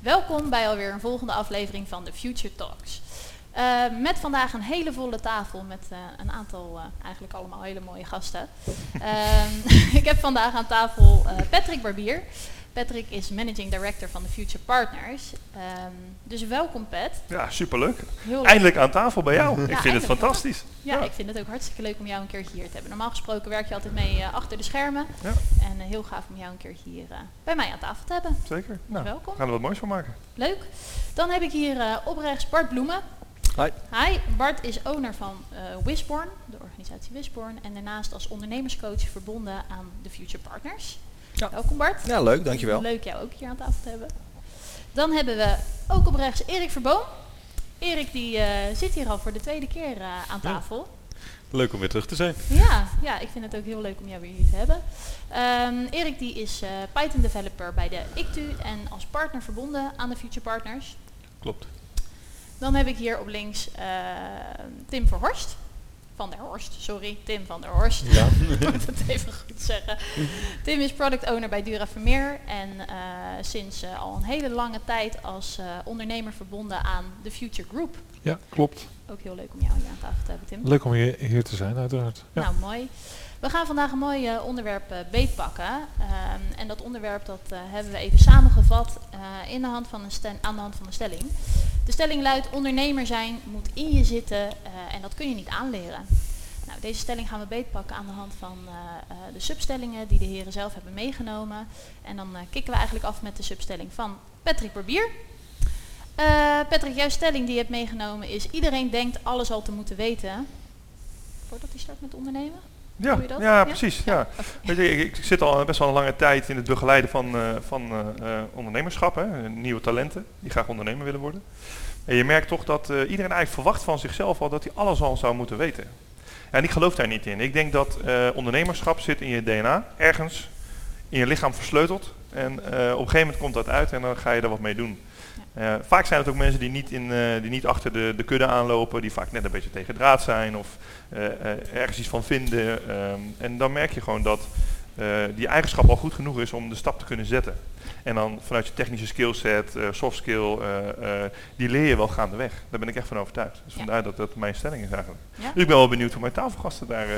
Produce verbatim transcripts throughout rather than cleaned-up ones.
welkom bij alweer een volgende aflevering van de Future Talks. Uh, met vandaag een hele volle tafel met uh, een aantal, uh, eigenlijk allemaal hele mooie gasten. Uh, ik heb vandaag aan tafel uh, Patrick Barbier. Patrick is Managing Director van de Future Partners. Um, dus welkom Pat. Ja, superleuk. Eindelijk aan tafel bij jou. Ja, ik vind het fantastisch. Ja, ja, ik vind het ook hartstikke leuk om jou een keertje hier te hebben. Normaal gesproken werk je altijd mee uh, achter de schermen. Ja. En uh, heel gaaf om jou een keertje hier uh, bij mij aan tafel te hebben. Zeker. Dus nou, welkom. We gaan er wat moois van maken. Leuk. Dan heb ik hier uh, op rechts Bart Bloemen. Hi. Hi, Bart is owner van uh, Wisborn, de organisatie Wisborn. En daarnaast als ondernemerscoach verbonden aan de Future Partners. Ja. Welkom Bart. Ja, leuk, dankjewel. Leuk jou ook hier aan tafel te hebben. Dan hebben we ook op rechts Erik Verboom. Erik die uh, zit hier al voor de tweede keer uh, aan tafel. Ja. Leuk om weer terug te zijn. Ja, ja, ik vind het ook heel leuk om jou weer hier te hebben. Um, Erik die is uh, Python developer bij de I C T U en als partner verbonden aan de Future Partners. Klopt. Dan heb ik hier op links uh, Tim Verhorst. Van der Horst, sorry, Tim van der Horst. Ja. Ik moet het even goed zeggen. Tim is product owner bij Dura Vermeer en uh, sinds uh, al een hele lange tijd als uh, ondernemer verbonden aan de Future Group. Ja, klopt. Ook heel leuk om jou hier aan tafel te hebben, Tim. Leuk om hier, hier te zijn, uiteraard. Ja. Nou, mooi. We gaan vandaag een mooi uh, onderwerp uh, beetpakken. Um, en dat onderwerp dat uh, hebben we even samengevat uh, in de hand van een stel- aan de hand van een stelling. De stelling luidt: ondernemer zijn moet in je zitten uh, en dat kun je niet aanleren. Nou, deze stelling gaan we beetpakken aan de hand van uh, uh, de substellingen die de heren zelf hebben meegenomen. En dan uh, kicken we eigenlijk af met de substelling van Patrick Barbier. Uh, Patrick, jouw stelling die je hebt meegenomen is: iedereen denkt alles al te moeten weten. Voordat hij start met ondernemen? Ja, ja, precies. Ja. Ja. Okay. Weet je, ik, ik zit al best wel een lange tijd in het begeleiden van, uh, van uh, uh, ondernemerschap, hè, nieuwe talenten die graag ondernemer willen worden. En je merkt toch dat uh, iedereen eigenlijk verwacht van zichzelf al dat hij alles al zou moeten weten. Ja, en ik geloof daar niet in. Ik denk dat uh, ondernemerschap zit in je D N A, ergens in je lichaam versleuteld. En uh, op een gegeven moment komt dat uit en dan ga je er wat mee doen. Uh, vaak zijn het ook mensen die niet, in, uh, die niet achter de, de kudde aanlopen, die vaak net een beetje tegen draad zijn of uh, uh, ergens iets van vinden. Um, en dan merk je gewoon dat uh, die eigenschap al goed genoeg is om de stap te kunnen zetten. En dan vanuit je technische skillset, uh, soft skill, uh, uh, die leer je wel gaandeweg. Daar ben ik echt van overtuigd. Dus vandaar ja. dat dat mijn stelling is eigenlijk. Ja? Dus ik ben wel benieuwd hoe mijn tafelgasten daar uh,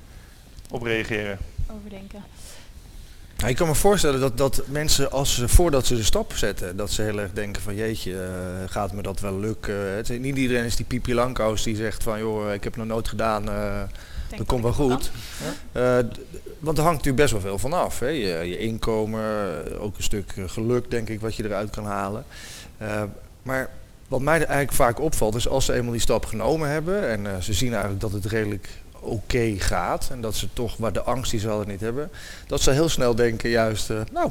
op reageren. Overdenken. Ja, ik kan me voorstellen dat, dat mensen, als ze, voordat ze de stap zetten, dat ze heel erg denken van jeetje, uh, gaat me dat wel lukken? Het, niet iedereen is die Pipi Langkous die zegt van joh, ik heb het nog nooit gedaan, uh, dat komt wel goed. Ja? Uh, d- want er hangt natuurlijk best wel veel van af. Hè? Je, je inkomen, ook een stuk geluk denk ik wat je eruit kan halen. Uh, maar wat mij eigenlijk vaak opvalt is als ze eenmaal die stap genomen hebben en uh, ze zien eigenlijk dat het redelijk oké okay gaat en dat ze toch, waar de angst die ze hadden niet hebben, dat ze heel snel denken juist, uh, nou,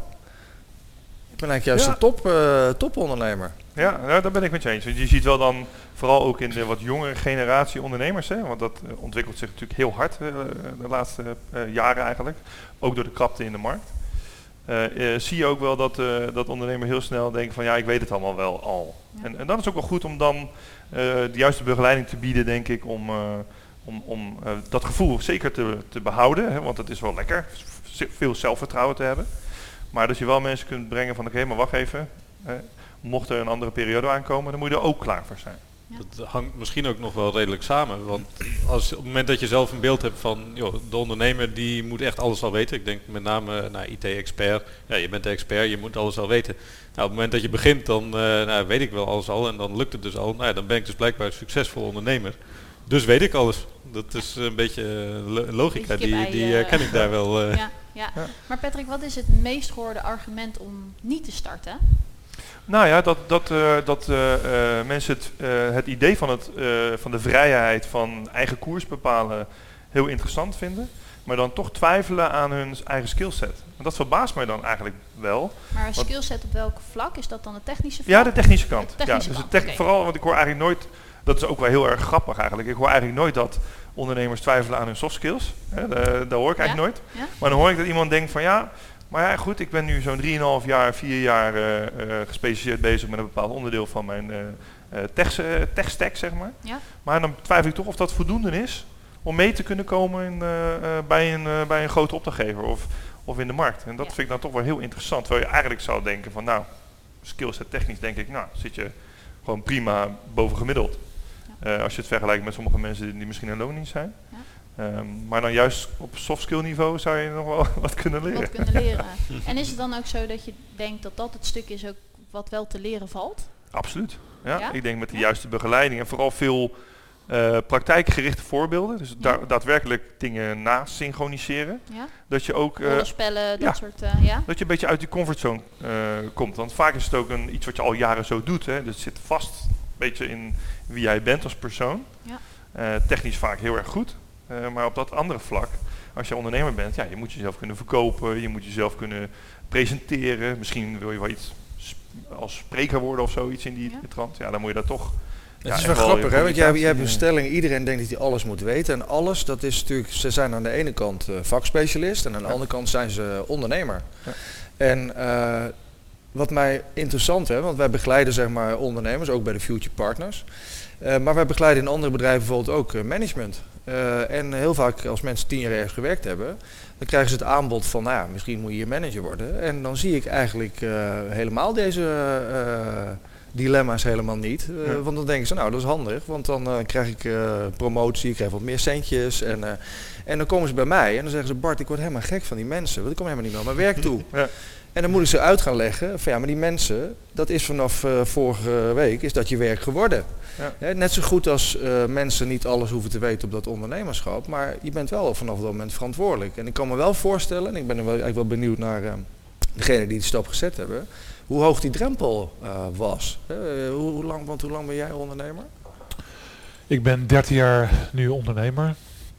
ik ben eigenlijk juist ja. een top, uh, topondernemer. Ja, nou, daar ben ik met je eens. Je ziet wel dan, vooral ook in de wat jongere generatie ondernemers, hè, want dat uh, ontwikkelt zich natuurlijk heel hard uh, de laatste uh, jaren eigenlijk, ook door de krapte in de markt. Uh, uh, zie je ook wel dat, uh, dat ondernemers heel snel denken van ja, ik weet het allemaal wel al. Ja. En, en dan is het ook wel goed om dan uh, de juiste begeleiding te bieden, denk ik, om... Uh, Om, om uh, dat gevoel zeker te, te behouden, hè, want het is wel lekker, veel zelfvertrouwen te hebben. Maar dat je wel mensen kunt brengen van oké, okay, maar wacht even. Hè, mocht er een andere periode aankomen, dan moet je er ook klaar voor zijn. Ja. Dat hangt misschien ook nog wel redelijk samen. Want als, op het moment dat je zelf een beeld hebt van joh, de ondernemer die moet echt alles al weten. Ik denk met name naar I T-expert. Ja, je bent de expert, je moet alles al weten. Nou, op het moment dat je begint, dan uh, nou, weet ik wel alles al en dan lukt het dus al. Nou ja, dan ben ik dus blijkbaar een succesvol ondernemer. Dus weet ik alles. Dat is een beetje uh, logica, beetje die, die uh, ken ik daar wel. Uh. Ja, ja. Ja. Maar Patrick, wat is het meest gehoorde argument om niet te starten? Nou ja, dat, dat, uh, dat uh, uh, mensen het, uh, het idee van, het, uh, van de vrijheid van eigen koers bepalen heel interessant vinden. Maar dan toch twijfelen aan hun eigen skillset. En dat verbaast mij dan eigenlijk wel. Maar een skillset op welk vlak? Is dat dan de technische vlak? Ja, de technische kant. De technische ja, dus kant. de te- okay. Vooral, want ik hoor eigenlijk nooit... Dat is ook wel heel erg grappig eigenlijk. Ik hoor eigenlijk nooit dat ondernemers twijfelen aan hun soft skills. Hè, de, dat hoor ik eigenlijk ja? nooit. Ja? Maar dan hoor ik dat iemand denkt van ja, maar ja goed, ik ben nu zo'n drieënhalf jaar, vier jaar uh, uh, gespecialiseerd bezig met een bepaald onderdeel van mijn uh, uh, tech, uh, tech stack, zeg maar. Ja? Maar dan twijfel ik toch of dat voldoende is om mee te kunnen komen in, uh, uh, bij, een, uh, bij een grote opdrachtgever of, of in de markt. En dat ja. vind ik dan toch wel heel interessant. Terwijl je eigenlijk zou denken van nou, skillset technisch denk ik, nou zit je gewoon prima boven gemiddeld. Ja. Uh, als je het vergelijkt met sommige mensen die, die misschien in loondienst zijn. Ja. Um, maar dan juist op soft skill niveau zou je nog wel wat kunnen leren. Wat kunnen leren. En is het dan ook zo dat je denkt dat dat het stuk is ook wat wel te leren valt? Absoluut. Ja. Ja? Ik denk met de ja? juiste begeleiding en vooral veel uh, praktijkgerichte voorbeelden. Dus ja. da- daadwerkelijk dingen na synchroniseren. Ja? Dat je ook uh, rollenspellen, dat ja, soort, uh, ja? dat je een beetje uit die comfortzone uh, komt. Want vaak is het ook een, iets wat je al jaren zo doet. Hè. Dus het zit vast een beetje in wie jij bent als persoon. Ja. Uh, technisch vaak heel erg goed. Uh, maar op dat andere vlak, als je ondernemer bent, ja, je moet jezelf kunnen verkopen, je moet jezelf kunnen presenteren. Misschien wil je wel iets sp- als spreker worden of zoiets in die ja. trant. Ja, dan moet je dat toch. Het ja, is wel grappig, hè? Want jij, jij hebt een stelling, iedereen denkt dat hij alles moet weten. En alles, dat is natuurlijk, ze zijn aan de ene kant uh, vakspecialist en aan de ja. andere kant zijn ze ondernemer. Ja. En uh, wat mij interessant is, want wij begeleiden zeg maar ondernemers, ook bij de Future Partners. Uh, maar wij begeleiden in andere bedrijven bijvoorbeeld ook uh, management. Uh, en heel vaak als mensen tien jaar ergens gewerkt hebben, dan krijgen ze het aanbod van, nou ja, misschien moet je hier manager worden. En dan zie ik eigenlijk uh, helemaal deze uh, dilemma's helemaal niet. Uh, ja. Want dan denken ze, nou dat is handig, want dan uh, krijg ik uh, promotie, ik krijg wat meer centjes. En, uh, en dan komen ze bij mij en dan zeggen ze, Bart, ik word helemaal gek van die mensen, want ik kom helemaal niet meer aan mijn werk toe. Ja. En dan moet ik ze uit gaan leggen van ja, maar die mensen, dat is vanaf uh, vorige week, is dat je werk geworden. Ja. He, net zo goed als uh, mensen niet alles hoeven te weten op dat ondernemerschap, maar je bent wel vanaf dat moment verantwoordelijk. En ik kan me wel voorstellen, en ik ben er wel, eigenlijk wel benieuwd naar uh, degene die de stap gezet hebben, hoe hoog die drempel uh, was. Uh, hoe, hoe lang, want hoe lang ben jij ondernemer? Ik ben dertien jaar nu ondernemer.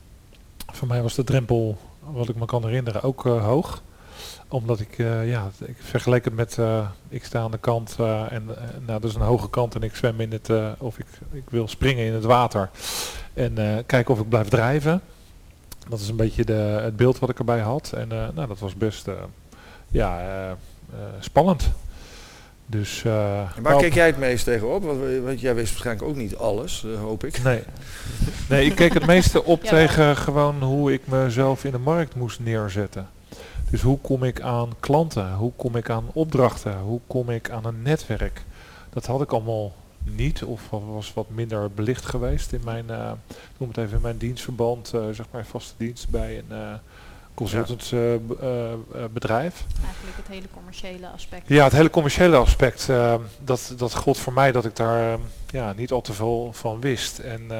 Voor mij was de drempel, wat ik me kan herinneren, ook uh, hoog. Omdat ik, uh, ja, ik vergelijk het met, uh, ik sta aan de kant uh, en uh, nou, dat is een hoge kant en ik zwem in het, uh, of ik, ik wil springen in het water. En uh, kijken of ik blijf drijven. Dat is een beetje de, het beeld wat ik erbij had. En uh, nou, dat was best, uh, ja, uh, uh, spannend. Dus, uh, en waar keek jij het meest tegenop? Want, want jij wist waarschijnlijk ook niet alles, uh, hoop ik. Nee. nee, ik keek het meeste op ja, tegen gewoon hoe ik mezelf in de markt moest neerzetten. Dus hoe kom ik aan klanten? Hoe kom ik aan opdrachten? Hoe kom ik aan een netwerk? Dat had ik allemaal niet of was wat minder belicht geweest in mijn, uh, noem het even in mijn dienstverband, uh, zeg maar vaste dienst bij een uh, consultantsbedrijf. Uh, uh, bedrijf. Eigenlijk het hele commerciële aspect. Ja, het hele commerciële aspect. Uh, dat, dat gold voor mij dat ik daar uh, ja, niet al te veel van wist. En, uh,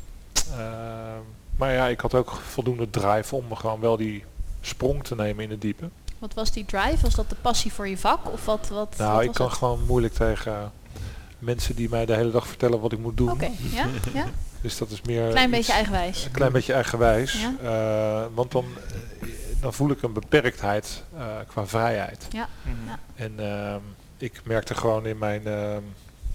uh, maar ja, ik had ook voldoende drive om gewoon wel die sprong te nemen in het diepe. Wat was die drive? Was dat de passie voor je vak? Of wat, wat, nou, wat ik kan het? gewoon moeilijk tegen uh, mensen die mij de hele dag vertellen wat ik moet doen. Oké, okay, ja, ja. Dus dat is meer... Klein beetje eigenwijs. Een klein beetje eigenwijs. Ja. Uh, want dan, uh, dan voel ik een beperktheid uh, qua vrijheid. Ja. Mm-hmm. Ja. En uh, ik merkte gewoon in mijn, uh, uh,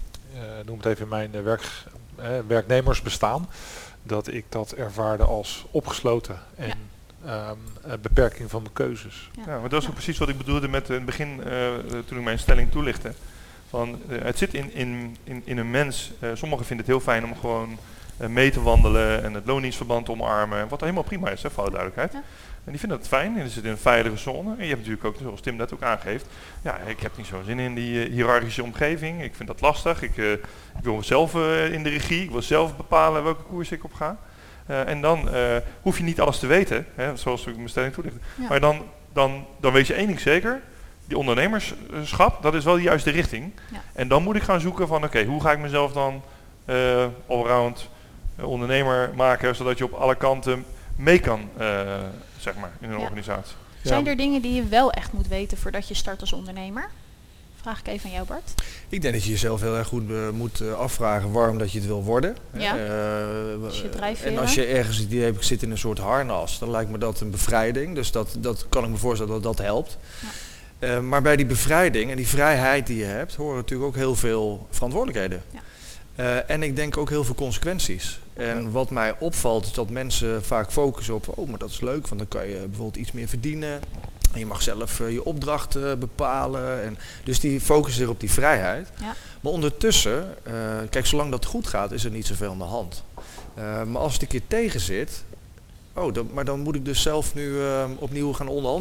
noem het even in mijn uh, werk, uh, werknemersbestaan, dat ik dat ervaarde als opgesloten en ja. Um, uh, beperking van de keuzes. Ja, maar dat is ook ja. precies wat ik bedoelde met in het begin, uh, toen ik mijn stelling toelichtte. Van, uh, het zit in, in, in, in een mens. Uh, sommigen vinden het heel fijn om gewoon uh, mee te wandelen en het loondienstverband te omarmen. Wat helemaal prima is, hè, voor alle duidelijkheid. Ja. En die vinden het fijn en die zitten in een veilige zone. En je hebt natuurlijk ook, zoals Tim net ook aangeeft, ja, ik heb niet zo'n zin in die uh, hiërarchische omgeving. Ik vind dat lastig. Ik, uh, ik wil zelf uh, in de regie. Ik wil zelf bepalen welke koers ik op ga. Uh, en dan uh, hoef je niet alles te weten, hè, zoals ik mijn stelling toelicht. Ja. Maar dan, dan, dan weet je één ding zeker, die ondernemerschap, dat is wel de juiste richting. Ja. En dan moet ik gaan zoeken van, oké, okay, hoe ga ik mezelf dan uh, allround uh, ondernemer maken, zodat je op alle kanten mee kan, uh, zeg maar, in een ja. organisatie. Zijn ja. er dingen die je wel echt moet weten voordat je start als ondernemer? Vraag ik even aan jou, Bart. Ik denk dat je jezelf heel erg goed uh, moet uh, afvragen waarom dat je het wil worden. Ja. Uh, dus je drijfveren. En als je ergens het idee hebt, ik zit in een soort harnas, dan lijkt me dat een bevrijding. Dus dat, dat kan ik me voorstellen dat dat helpt. Ja. Uh, maar bij die bevrijding en die vrijheid die je hebt, horen natuurlijk ook heel veel verantwoordelijkheden. Ja. Uh, en ik denk ook heel veel consequenties. En ja. wat mij opvalt is dat mensen vaak focussen op, oh, maar dat is leuk, want dan kan je bijvoorbeeld iets meer verdienen. En je mag zelf uh, je opdrachten bepalen. En dus die focussen zich op die vrijheid. Ja. Maar ondertussen, uh, kijk, zolang dat goed gaat, is er niet zoveel aan de hand. Uh, maar als het een keer tegen zit, oh, dan, maar dan moet ik dus zelf nu uh, opnieuw gaan onderhandelen.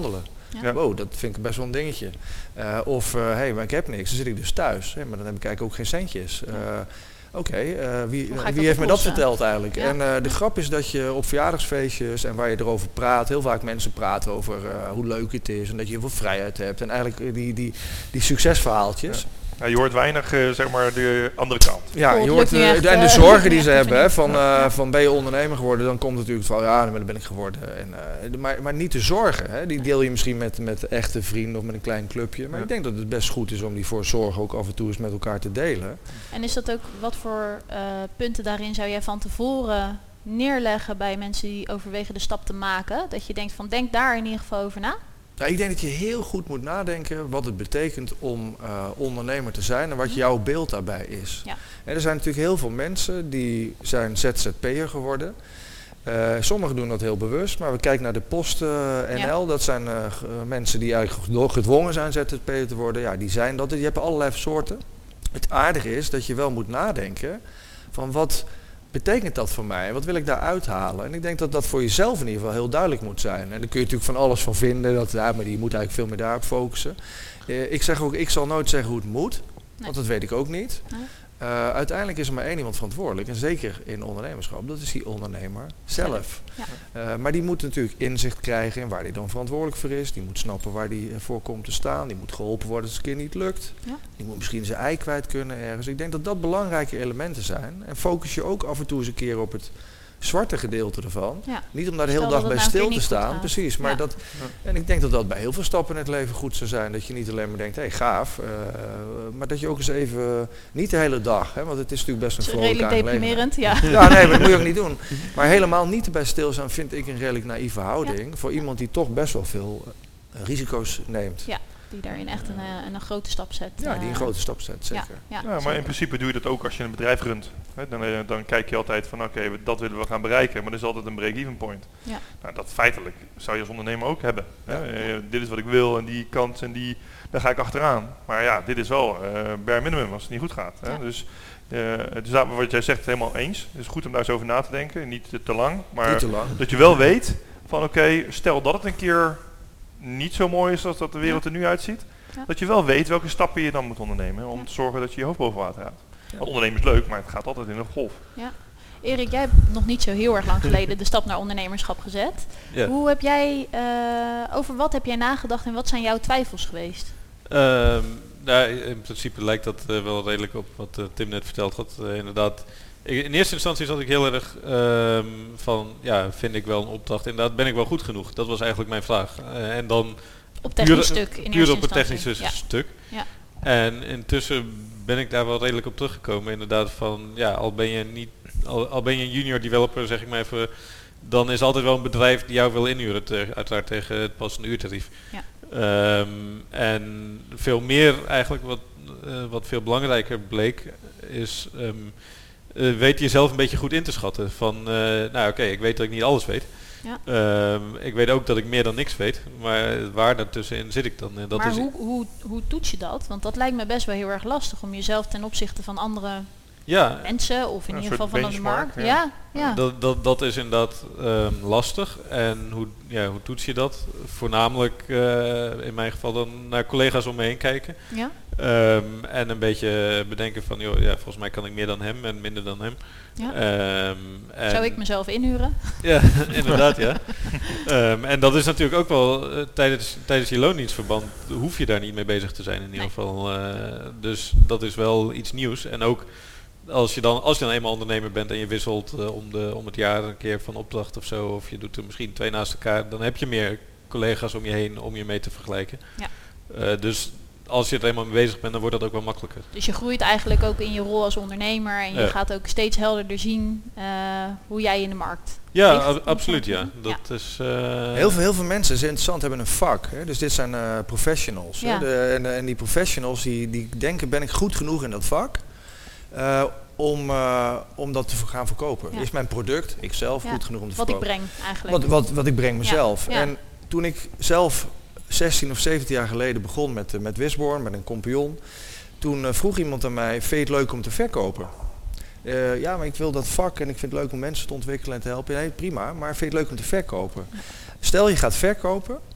Ja. Wow, dat vind ik best wel een dingetje. Uh, of, hé, uh, hey, maar ik heb niks, dan zit ik dus thuis. Hey, maar dan heb ik eigenlijk ook geen centjes. Uh, Oké, okay, uh, wie, uh, wie heeft me dat verteld eigenlijk? Ja. En uh, de grap is dat je op verjaardagsfeestjes en waar je erover praat, heel vaak mensen praten over uh, hoe leuk het is en dat je heel veel vrijheid hebt. En eigenlijk die, die, die succesverhaaltjes. Ja. Ja, je hoort weinig, uh, zeg maar, de andere kant. Ja, je hoort uh, echt, en de zorgen die ze hebben, hè, van, uh, van ben je ondernemer geworden, dan komt het natuurlijk van, ja, dan ben ik geworden. En, uh, maar, maar niet de zorgen, hè, die deel je misschien met, met echte vrienden of met een klein clubje. Maar ja. ik denk dat het best goed is om die voor zorgen ook af en toe eens met elkaar te delen. En is dat ook, wat voor uh, punten daarin zou jij van tevoren neerleggen bij mensen die overwegen de stap te maken? Dat je denkt van, denk daar in ieder geval over na? Nou, ik denk dat je heel goed moet nadenken wat het betekent om uh, ondernemer te zijn en wat jouw beeld daarbij is. Ja. En er zijn natuurlijk heel veel mensen die zijn Z Z P'er geworden. Uh, sommigen doen dat heel bewust, maar we kijken naar de Post uh, N L. Ja. Dat zijn uh, g- mensen die eigenlijk gedwongen zijn Z Z P'er te worden. Ja, die zijn dat. Je hebt allerlei soorten. Het aardige is dat je wel moet nadenken van wat betekent dat voor mij? Wat wil ik daar uithalen? En ik denk dat dat voor jezelf in ieder geval heel duidelijk moet zijn. En daar kun je natuurlijk van alles van vinden. Dat, ja, maar die moet eigenlijk veel meer daarop focussen. Uh, ik zeg ook, ik zal nooit zeggen hoe het moet. Nee. Want dat weet ik ook niet. Nee. Uh, uiteindelijk is er maar één iemand verantwoordelijk. En zeker in ondernemerschap. Dat is die ondernemer zelf. Ja. Uh, maar die moet natuurlijk inzicht krijgen in waar hij dan verantwoordelijk voor is. Die moet snappen waar hij voor komt te staan. Die moet geholpen worden als het een keer niet lukt. Ja. Die moet misschien zijn ei kwijt kunnen ergens. Ik denk dat dat belangrijke elementen zijn. En focus je ook af en toe eens een keer op het zwarte gedeelte ervan. Ja. Niet om daar de hele dag bij nou stil te staan. Precies. Maar ja. dat, en ik denk dat dat bij heel veel stappen in het leven goed zou zijn. Dat je niet alleen maar denkt, hé hey, gaaf. Uh, maar dat je ook eens even, niet de hele dag. Hè, want het is natuurlijk best een vrolijke aangelegenheid. Redelijk deprimerend, ja. Ja, nee, maar dat moet je ook niet doen. Maar helemaal niet erbij stilstaan vind ik een redelijk naïeve houding. Ja. Voor iemand die toch best wel veel uh, risico's neemt. Ja. Die daarin echt een, een, een grote stap zet. Ja, die een grote stap zet, zeker. Ja, ja, ja maar zeker. In principe doe je dat ook als je een bedrijf runt. Hè, dan, dan kijk je altijd van oké, okay, dat willen we gaan bereiken, maar er is altijd een break-even point. Ja. Nou, dat feitelijk zou je als ondernemer ook hebben. Hè. Ja. Uh, dit is wat ik wil en die kant en die, daar ga ik achteraan. Maar ja, dit is wel uh, bare minimum als het niet goed gaat. Hè. Ja. Dus, uh, dus daar, wat jij zegt, helemaal eens. Het is goed om daar eens over na te denken, niet te, te lang. Maar niet te lang. Dat je wel weet van oké, okay, stel dat het een keer niet zo mooi is als dat de wereld er nu uitziet. Ja. Dat je wel weet welke stappen je dan moet ondernemen om ja. te zorgen dat je je hoofd boven water houdt. Ja. Want ondernemen is leuk, maar het gaat altijd in een golf. Ja. Erik, jij hebt nog niet zo heel erg lang geleden de stap naar ondernemerschap gezet. Ja. Hoe heb jij, uh, over wat heb jij nagedacht en wat zijn jouw twijfels geweest? Um, nou, in principe lijkt dat uh, wel redelijk op wat uh, Tim net verteld had. Uh, inderdaad, ik, in eerste instantie zat ik heel erg um, van, ja, vind ik wel een opdracht. Inderdaad, ben ik wel goed genoeg? Dat was eigenlijk mijn vraag. Uh, en dan op technisch puur, stuk in puur op het technische ja. stuk. Ja. En intussen ben ik daar wel redelijk op teruggekomen. Inderdaad van, ja, al ben je niet, al, al ben je een junior developer, zeg ik maar even, dan is altijd wel een bedrijf die jou wil inhuren, te, uiteraard tegen het passende uurtarief. Ja. Um, en veel meer eigenlijk, wat, uh, wat veel belangrijker bleek, is um, uh, weet jezelf een beetje goed in te schatten. Van, uh, nou oké, okay, ik weet dat ik niet alles weet. Ja. Um, ik weet ook dat ik meer dan niks weet, maar waar daartussenin zit ik dan? Uh, dat maar is hoe, hoe, hoe toets je dat? Want dat lijkt me best wel heel erg lastig om jezelf ten opzichte van andere ja. mensen of in ja, ieder geval van de markt. Ja. Ja, ja. Dat, dat, dat is inderdaad um, lastig. En hoe, ja, hoe toets je dat? Voornamelijk uh, in mijn geval dan naar collega's om me heen kijken. Ja. Um, en een beetje bedenken van, joh, ja, volgens mij kan ik meer dan hem en minder dan hem. Ja. Um, en Zou ik mezelf inhuren? Ja, inderdaad, ja. Um, en dat is natuurlijk ook wel uh, tijdens, tijdens je loondienstverband hoef je daar niet mee bezig te zijn in ieder nee. geval. Uh, dus dat is wel iets nieuws. En ook als je dan, als je dan eenmaal ondernemer bent en je wisselt uh, om, de, om het jaar een keer van opdracht of zo, of je doet er misschien twee naast elkaar, dan heb je meer collega's om je heen om je mee te vergelijken. Ja. Uh, dus als je er eenmaal mee bezig bent, dan wordt dat ook wel makkelijker. Dus je groeit eigenlijk ook in je rol als ondernemer en je ja. gaat ook steeds helderder zien uh, hoe jij in de markt Ja, a- absoluut ja. Dat ja. Is, uh, heel, veel, heel veel mensen, is interessant, hebben een vak. Hè? Dus dit zijn uh, professionals. Ja. Hè? De, en, en die professionals die, die denken, ben ik goed genoeg in dat vak? Uh, om, uh, om dat te gaan verkopen. Ja. Is mijn product, ikzelf, ja. goed genoeg om te wat verkopen? Wat ik breng eigenlijk. Wat, wat, wat ik breng mezelf. Ja. Ja. En toen ik zelf zestien of zeventien jaar geleden begon met, uh, met Wisborn, met een compagnon. Toen uh, vroeg iemand aan mij, vind je het leuk om te verkopen? Uh, ja, maar ik wil dat vak en ik vind het leuk om mensen te ontwikkelen en te helpen. Nee, prima, maar vind je het leuk om te verkopen? Ja. Stel je gaat verkopen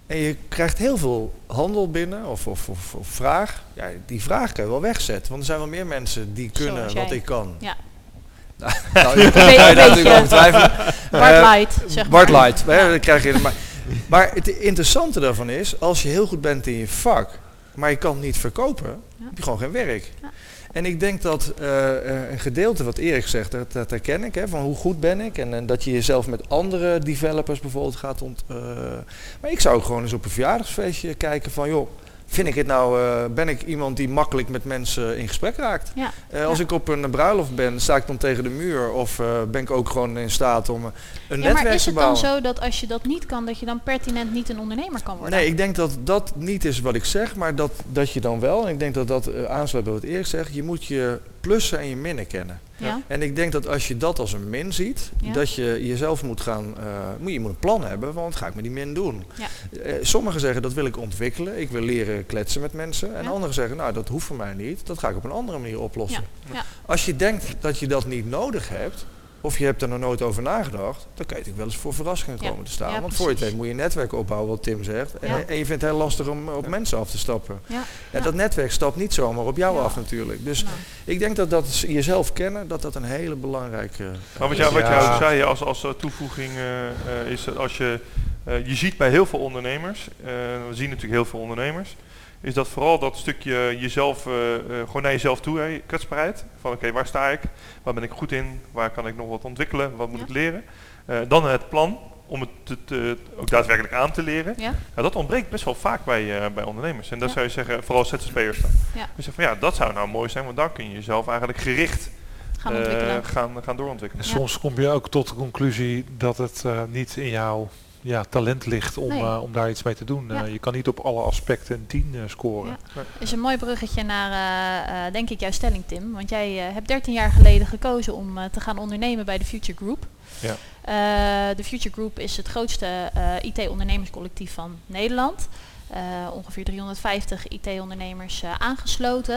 En je krijgt heel veel handel binnen of, of, of, of vraag. Ja, die vraag kan je wel wegzetten. Want er zijn wel meer mensen die kunnen Zoals wat jij. ik kan. Ja. Nou, nou, je Een kan je beetje. natuurlijk over twijfelen. Bart Eh, Light, zeg Bart maar. Light. hè, Ja. dan krijg je, maar, maar het interessante daarvan is, als je heel goed bent in je vak, maar je kan het niet verkopen, Ja. heb je gewoon geen werk. Ja. En ik denk dat uh, een gedeelte wat Erik zegt, dat, dat herken ik, hè, van hoe goed ben ik. En, en dat je jezelf met andere developers bijvoorbeeld gaat ont... Uh, maar ik zou ook gewoon eens op een verjaardagsfeestje kijken van, joh, vind ik het nou, uh, ben ik iemand die makkelijk met mensen in gesprek raakt? Ja. Uh, als Ja. ik op een bruiloft ben, sta ik dan tegen de muur of uh, ben ik ook gewoon in staat om uh, een Ja, netwerk maar is te het dan bouwen? zo dat als je dat niet kan, dat je dan pertinent niet een ondernemer kan worden? Nee, ik denk dat dat niet is wat ik zeg, maar dat, dat je dan wel, en ik denk dat dat uh, aansluit bij wat Erik zegt, je moet je plussen en je minnen kennen. Ja. En ik denk dat als je dat als een min ziet, Ja. dat je jezelf moet gaan, uh, moet je moet een plan hebben, want wat ga ik met die min doen? Ja. Uh, sommigen zeggen dat wil ik ontwikkelen, ik wil leren kletsen met mensen. En Ja. anderen zeggen nou dat hoeft voor mij niet, dat ga ik op een andere manier oplossen. Ja. Ja. Als je denkt dat je dat niet nodig hebt, of je hebt er nog nooit over nagedacht, dan kan je natuurlijk wel eens voor verrassingen Ja. komen te staan. Ja, Want voor je het precies. weet moet je een netwerk opbouwen, wat Tim zegt. En, Ja. en je vindt het heel lastig om op mensen af te stappen. Ja. Ja, Ja. dat netwerk stapt niet zomaar op jou Ja. af natuurlijk. Dus Nou. ik denk dat dat jezelf kennen, dat dat een hele belangrijke... Maar wat jij, wat jij Ja. ook zei als, als uh, toevoeging uh, uh, is dat als je, uh, je ziet bij heel veel ondernemers, uh, we zien natuurlijk heel veel ondernemers, is dat vooral dat stukje jezelf, uh, uh, gewoon naar jezelf toe, hè, kwetsbaarheid. Van oké, okay, waar sta ik? Waar ben ik goed in? Waar kan ik nog wat ontwikkelen? Wat moet Ja. ik leren? Uh, dan het plan om het te, te, ook daadwerkelijk aan te leren. Ja. Nou, dat ontbreekt best wel vaak bij, uh, bij ondernemers. En dat Ja. zou je zeggen, vooral Z Z P'ers dan. Ja. Dus van ja, dat zou nou mooi zijn, want dan kun je jezelf eigenlijk gericht Gaan uh, ontwikkelen. gaan, gaan doorontwikkelen. En Ja. soms kom je ook tot de conclusie dat het uh, niet in jouw ja, talent ligt om, Nee. uh, om daar iets mee te doen. Ja. Uh, je kan niet op alle aspecten een tien uh, scoren. Ja. is een mooi bruggetje naar, uh, uh, denk ik, jouw stelling, Tim. Want jij uh, hebt dertien jaar geleden gekozen om uh, te gaan ondernemen bij de Future Group. Ja. Uh, de Future Group is het grootste uh, I T-ondernemerscollectief van Nederland. Uh, ongeveer driehonderdvijftig I T-ondernemers uh, aangesloten.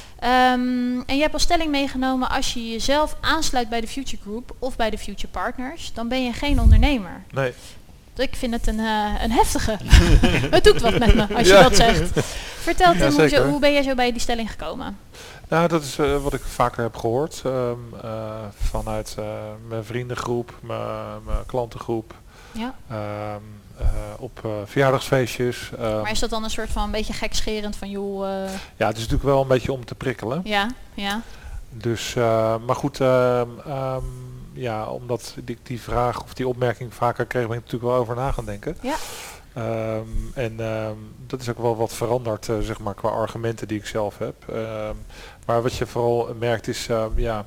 Um, en je hebt als stelling meegenomen, als je jezelf aansluit bij de Future Group of bij de Future Partners, dan ben je geen ondernemer. Nee. Ik vind het een, uh, een heftige. Het doet wat met me als je Ja. dat zegt. Vertel Tim, Ja, hoe, zeker. zo, hoe ben jij zo bij die stelling gekomen? Nou, dat is uh, wat ik vaker heb gehoord. Um, uh, vanuit uh, mijn vriendengroep, mijn mijn klantengroep. Ja. Um, uh, op uh, verjaardagsfeestjes. Um, Maar is dat dan een soort van een beetje gekscherend van joh... Uh, ja, het is natuurlijk wel een beetje om te prikkelen. ja, ja. Dus, uh, maar goed, uh, um, ja, omdat ik die vraag of die opmerking vaker kreeg, ben ik natuurlijk wel over na gaan denken. Ja. Um, en um, dat is ook wel wat veranderd, uh, zeg maar, qua argumenten die ik zelf heb. Um, maar wat je vooral merkt is, uh, ja,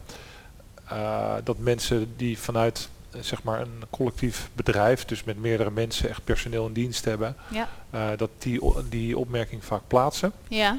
uh, dat mensen die vanuit, uh, zeg maar, een collectief bedrijf, dus met meerdere mensen echt personeel in dienst hebben, Ja. uh, dat die, die opmerking vaak plaatsen. Ja.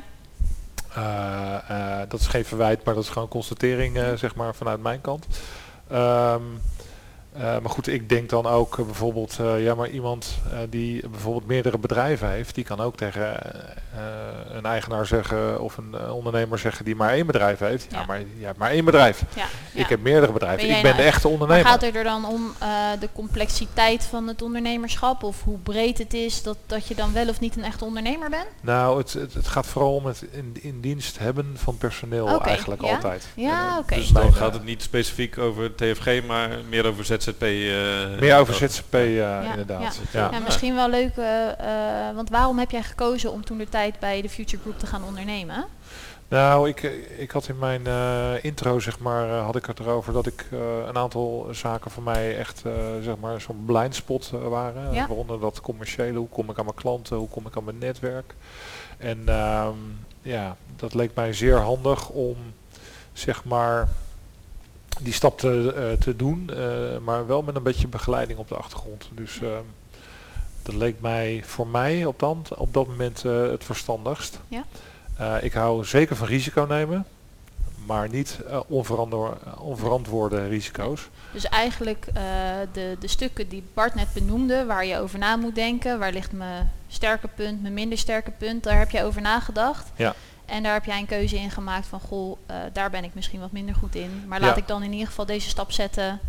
Uh, uh, dat is geen verwijt, maar dat is gewoon constatering, uh, zeg maar, vanuit mijn kant. Um, uh, maar goed, ik denk dan ook uh, bijvoorbeeld, uh, ja, maar iemand uh, die bijvoorbeeld meerdere bedrijven heeft, die kan ook tegen uh, een eigenaar zeggen of een uh, ondernemer zeggen die maar één bedrijf heeft. Ja, Ja. maar je hebt maar één bedrijf. Ja. Ik ja. heb meerdere bedrijven. Ben jij Ik ben nou de echte Maar ondernemer. gaat het er dan om uh, de complexiteit van het ondernemerschap of hoe breed het is dat, dat je dan wel of niet een echte ondernemer bent? Nou, het, het, het gaat vooral om het in, in dienst hebben van personeel Oké, eigenlijk ja? altijd. Ja, En, uh, oké. Dus mijn, dan uh, gaat het niet specifiek over T F G, maar meer over Z Z P. Uh, meer over Z Z P uh, Ja, inderdaad. ja. Ja. Ja, misschien wel leuk, uh, uh, want waarom heb jij gekozen om toen de tijd bij de Future Group te gaan ondernemen? Nou, ik, ik had in mijn uh, intro, zeg maar, uh, had ik het erover dat ik uh, een aantal zaken voor mij echt, uh, zeg maar, zo'n blindspot uh, waren. Ja. Waaronder dat commerciële, hoe kom ik aan mijn klanten, hoe kom ik aan mijn netwerk. En um, ja, dat leek mij zeer handig om, zeg maar, die stap te, uh, te doen, uh, maar wel met een beetje begeleiding op de achtergrond. Dus uh, dat leek mij voor mij op, dan, op dat moment uh, het verstandigst. Ja. Uh, ik hou zeker van risico nemen, maar niet uh, onverantwo- onverantwoorde risico's. Dus eigenlijk uh, de, de stukken die Bart net benoemde, waar je over na moet denken, waar ligt mijn sterke punt, mijn minder sterke punt, daar heb je over nagedacht. Ja. En daar heb jij een keuze in gemaakt van, goh, uh, daar ben ik misschien wat minder goed in. Maar laat Ja. ik dan in ieder geval deze stap zetten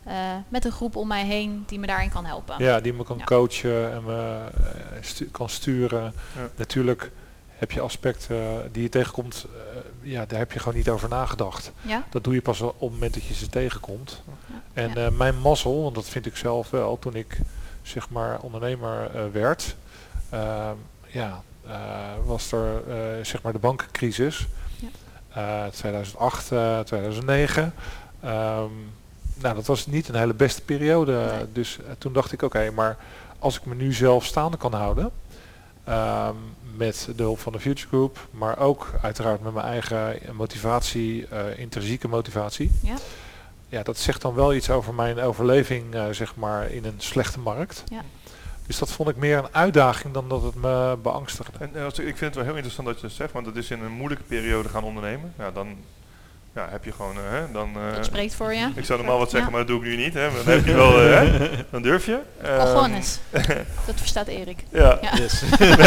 uh, met een groep om mij heen die me daarin kan helpen. Ja, die me kan ja. coachen en me uh, stu- kan sturen. Ja. Natuurlijk heb je aspecten uh, die je tegenkomt, uh, ja, daar heb je gewoon niet over nagedacht. Ja? Dat doe je pas op het moment dat je ze tegenkomt. Ja. En ja. Uh, mijn mazzel, want dat vind ik zelf wel, toen ik zeg maar ondernemer uh, werd, uh, ja, uh, was er uh, zeg maar de bankencrisis. Ja. Uh, tweeduizend acht, uh, tweeduizend negen. Um, nou, dat was niet een hele beste periode. Nee. Dus uh, toen dacht ik, oké, okay, maar als ik me nu zelf staande kan houden, um, met de hulp van de Future Group, maar ook uiteraard met mijn eigen motivatie, uh, intrinsieke motivatie. Ja. Ja, dat zegt dan wel iets over mijn overleving, uh, zeg maar, in een slechte markt. Ja. Dus dat vond ik meer een uitdaging dan dat het me beangstigde. En, en als, ik vind het wel heel interessant dat je dat zegt, want dat is in een moeilijke periode gaan ondernemen. Ja, dan ja, heb je gewoon... Uh, hè, dan, uh, dat spreekt voor je. Ik zou normaal wat zeggen, ja. maar dat doe ik nu niet. Hè. Dan heb je wel... Uh, hè, dan durf je. Cojones. Um, dat verstaat Erik. Ja. ja. Yes.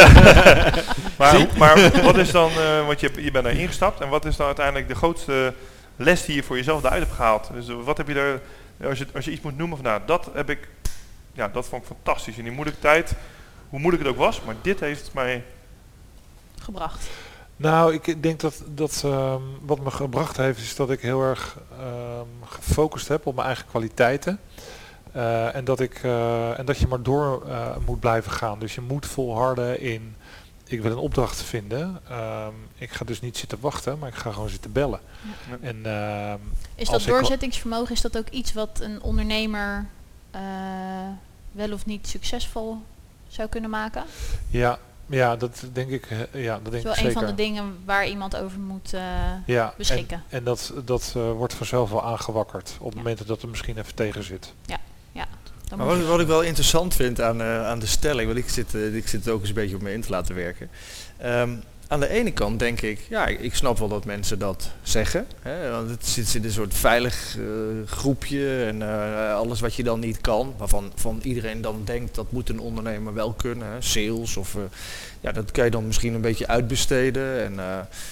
maar, maar wat is dan... Uh, want je, je bent daar ingestapt. En wat is dan uiteindelijk de grootste les die je voor jezelf eruit hebt gehaald? Dus uh, wat heb je er... Als je, als je iets moet noemen van... Nou, dat heb ik... Ja, dat vond ik fantastisch. In die moeilijke tijd, hoe moeilijk het ook was, maar dit heeft mij gebracht. Nou, ik denk dat, dat um, wat me gebracht heeft, is dat ik heel erg um, gefocust heb op mijn eigen kwaliteiten. Uh, en, dat ik, uh, en dat je maar door uh, moet blijven gaan. Dus je moet volharden in, ik wil een opdracht vinden. Um, ik ga dus niet zitten wachten, maar ik ga gewoon zitten bellen. Ja. En, uh, is dat doorzettingsvermogen, is dat ook iets wat een ondernemer... Uh, wel of niet succesvol zou kunnen maken? Ja, ja dat denk ik, ja, dat denk ik zeker. Dat is wel een van de dingen waar iemand over moet uh, ja, beschikken. En, en dat, dat uh, wordt vanzelf wel aangewakkerd op ja. momenten dat er misschien even tegen zit. Ja, ja. Maar wat, wat ik wel interessant vind aan, uh, aan de stelling, want ik zit, uh, ik zit het ook eens een beetje op me in te laten werken. Um, Aan de ene kant denk ik, ja, ik snap wel dat mensen dat zeggen. Hè, want het zit in een soort veilig uh, groepje en uh, alles wat je dan niet kan. Waarvan van iedereen dan denkt, dat moet een ondernemer wel kunnen. Hè, sales of, uh, ja, dat kan je dan misschien een beetje uitbesteden. En, uh,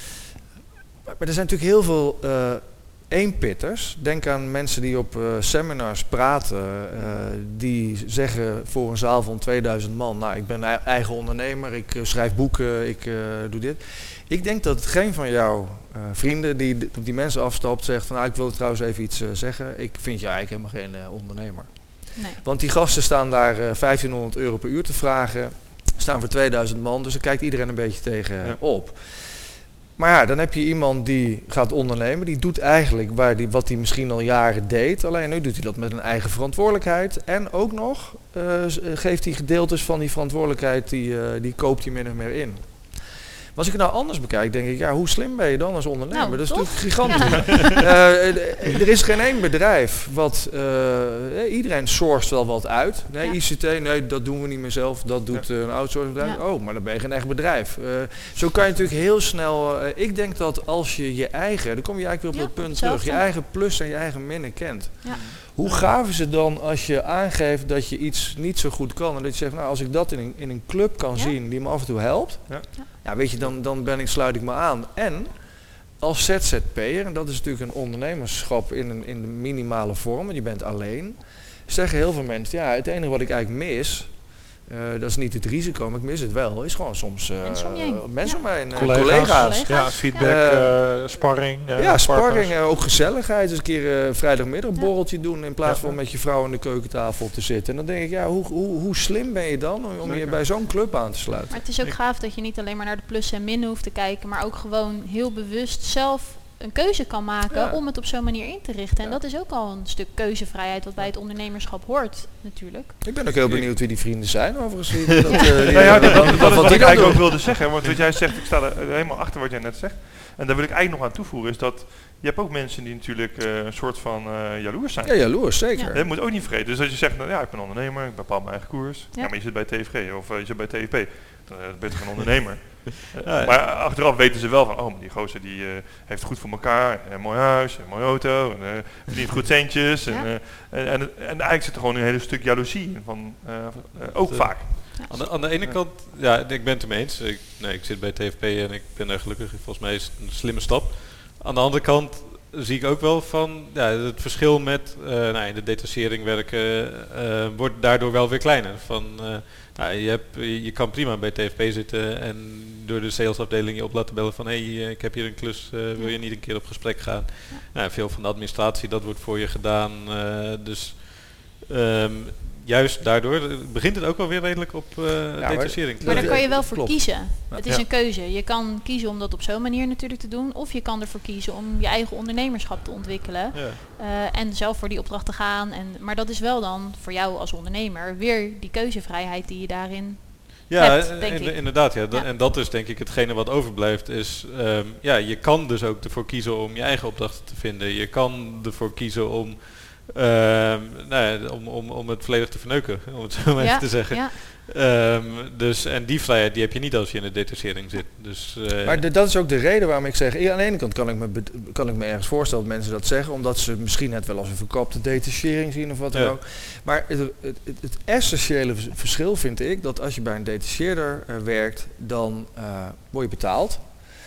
maar er zijn natuurlijk heel veel uh, eenpitters. Denk aan mensen die op uh, seminars praten, uh, die zeggen voor een zaal van tweeduizend man, nou, ik ben eigen ondernemer, ik uh, schrijf boeken, ik uh, doe dit. Ik denk dat geen van jouw uh, vrienden die op die mensen afstapt zegt van, nou, ik wil trouwens even iets uh, zeggen, ik vind jou eigenlijk helemaal geen uh, ondernemer. Nee. Want die gasten staan daar uh, vijftienhonderd euro per uur te vragen, staan voor tweeduizend man, dus daar kijkt iedereen een beetje tegen ja. op. Maar ja, dan heb je iemand die gaat ondernemen, die doet eigenlijk waar die, wat hij misschien al jaren deed. Alleen nu doet hij dat met een eigen verantwoordelijkheid. En ook nog uh, geeft hij gedeeltes van die verantwoordelijkheid, die, uh, die koopt hij min of meer in. Maar als ik het nou anders bekijk, denk ik, ja, hoe slim ben je dan als ondernemer? Nou, dat is toch? Natuurlijk gigantisch. Ja. Uh, er is geen één bedrijf wat, uh, iedereen sourced wel wat uit. Nee, ja. I C T, nee, dat doen we niet meer zelf, dat doet ja. uh, een outsourcing bedrijf. Ja. Oh, maar dan ben je geen echt bedrijf. Uh, zo kan je natuurlijk heel snel, uh, ik denk dat als je je eigen, dan kom je eigenlijk weer op ja, dat punt terug, je eigen plus en je eigen minnen kent. Ja. Hoe gaaf is het dan als je aangeeft dat je iets niet zo goed kan en dat je zegt, nou, als ik dat in een, in een club kan ja. zien die me af en toe helpt, ja. Ja. Ja, weet je, dan, dan ben ik, sluit ik me aan. En als Z Z P'er, en dat is natuurlijk een ondernemerschap in, een, in de minimale vorm, en je bent alleen, zeggen heel veel mensen, ja, het enige wat ik eigenlijk mis, uh, dat is niet het risico, maar ik mis het wel, is gewoon soms uh, mensen om mij, collega's, collega's. Ja, feedback, uh, uh, sparring. Uh, ja, sparring, uh, ook gezelligheid. Dus een keer uh, vrijdagmiddag een ja. borreltje doen in plaats ja. van met je vrouw aan de keukentafel te zitten. En dan denk ik, ja, hoe, hoe, hoe slim ben je dan om, om je bij zo'n club aan te sluiten? Maar het is ook gaaf dat je niet alleen maar naar de plussen en minnen hoeft te kijken, maar ook gewoon heel bewust zelf een keuze kan maken ja. om het op zo'n manier in te richten. En ja. dat is ook al een stuk keuzevrijheid wat bij het ondernemerschap hoort, natuurlijk. Ik ben ook heel benieuwd wie die vrienden zijn, overigens. Ja. Dat, uh, die, nou ja, dat, dat, dat, dat is wat ik eigenlijk ook wilde zeggen. Want wat jij zegt, ik sta er helemaal achter wat jij net zegt. En daar wil ik eigenlijk nog aan toevoegen, is dat je hebt ook mensen die natuurlijk uh, een soort van uh, jaloers zijn. Ja, jaloers, zeker. Ja. Dat moet ook niet vergeten. Dus als je zegt, nou, ja, ik ben ondernemer, ik bepaal mijn eigen koers. Ja. Ja, maar je zit bij T F G of uh, je zit bij T F P. Dan uh, ben je toch een ondernemer. Ja, ja. Maar achteraf weten ze wel van, oh, die gozer die uh, heeft goed voor elkaar, een mooi huis, een mooie auto, en, uh, verdient goed centjes. Ja. En, uh, en, en, en eigenlijk zit er gewoon een hele stuk jaloezie in, van, uh, uh, ook de, vaak. Ja. Aan, de, aan de ene ja. kant, ja, ik ben het ermee eens. Ik, nee, ik zit bij T F P en ik ben er gelukkig, volgens mij is het een slimme stap. Aan de andere kant, zie ik ook wel van ja, het verschil met uh, nou, in de detachering werken uh, wordt daardoor wel weer kleiner. Van, uh, nou, je, hebt, je kan prima bij T F P zitten en door de salesafdeling je op laten bellen van hé, hey, ik heb hier een klus, uh, wil je niet een keer op gesprek gaan? Ja. Nou, veel van de administratie, dat wordt voor je gedaan. Uh, dus um, juist daardoor begint het ook wel weer redelijk op uh, ja, detachering. Maar, maar daar kan je wel voor Klopt. kiezen. Ja. Het is Ja. een keuze. Je kan kiezen om dat op zo'n manier natuurlijk te doen. Of je kan ervoor kiezen om je eigen ondernemerschap te ontwikkelen. Ja. Uh, en zelf voor die opdracht te gaan. En, maar dat is wel dan voor jou als ondernemer weer die keuzevrijheid die je daarin Ja, hebt, denk in, ik. inderdaad. Ja. Ja. En dat is denk ik hetgene wat overblijft. Is, um, ja, je kan dus ook ervoor kiezen om je eigen opdrachten te vinden. Je kan ervoor kiezen om, um, nou ja, om, om, om het volledig te verneuken, om het zo maar Ja, even te zeggen. ja. Um, dus, en die vrijheid die heb je niet als je in de detachering zit. Dus, uh, Maar de, dat is ook de reden waarom ik zeg, ja, aan de ene kant kan ik, me, be- kan ik me ergens voorstellen dat mensen dat zeggen, omdat ze misschien het wel als een verkapte detachering zien of wat dan Ja. ook. Maar het, het, het, het essentiële vers- verschil vind ik dat als je bij een detacheerder uh, werkt, dan uh, word je betaald.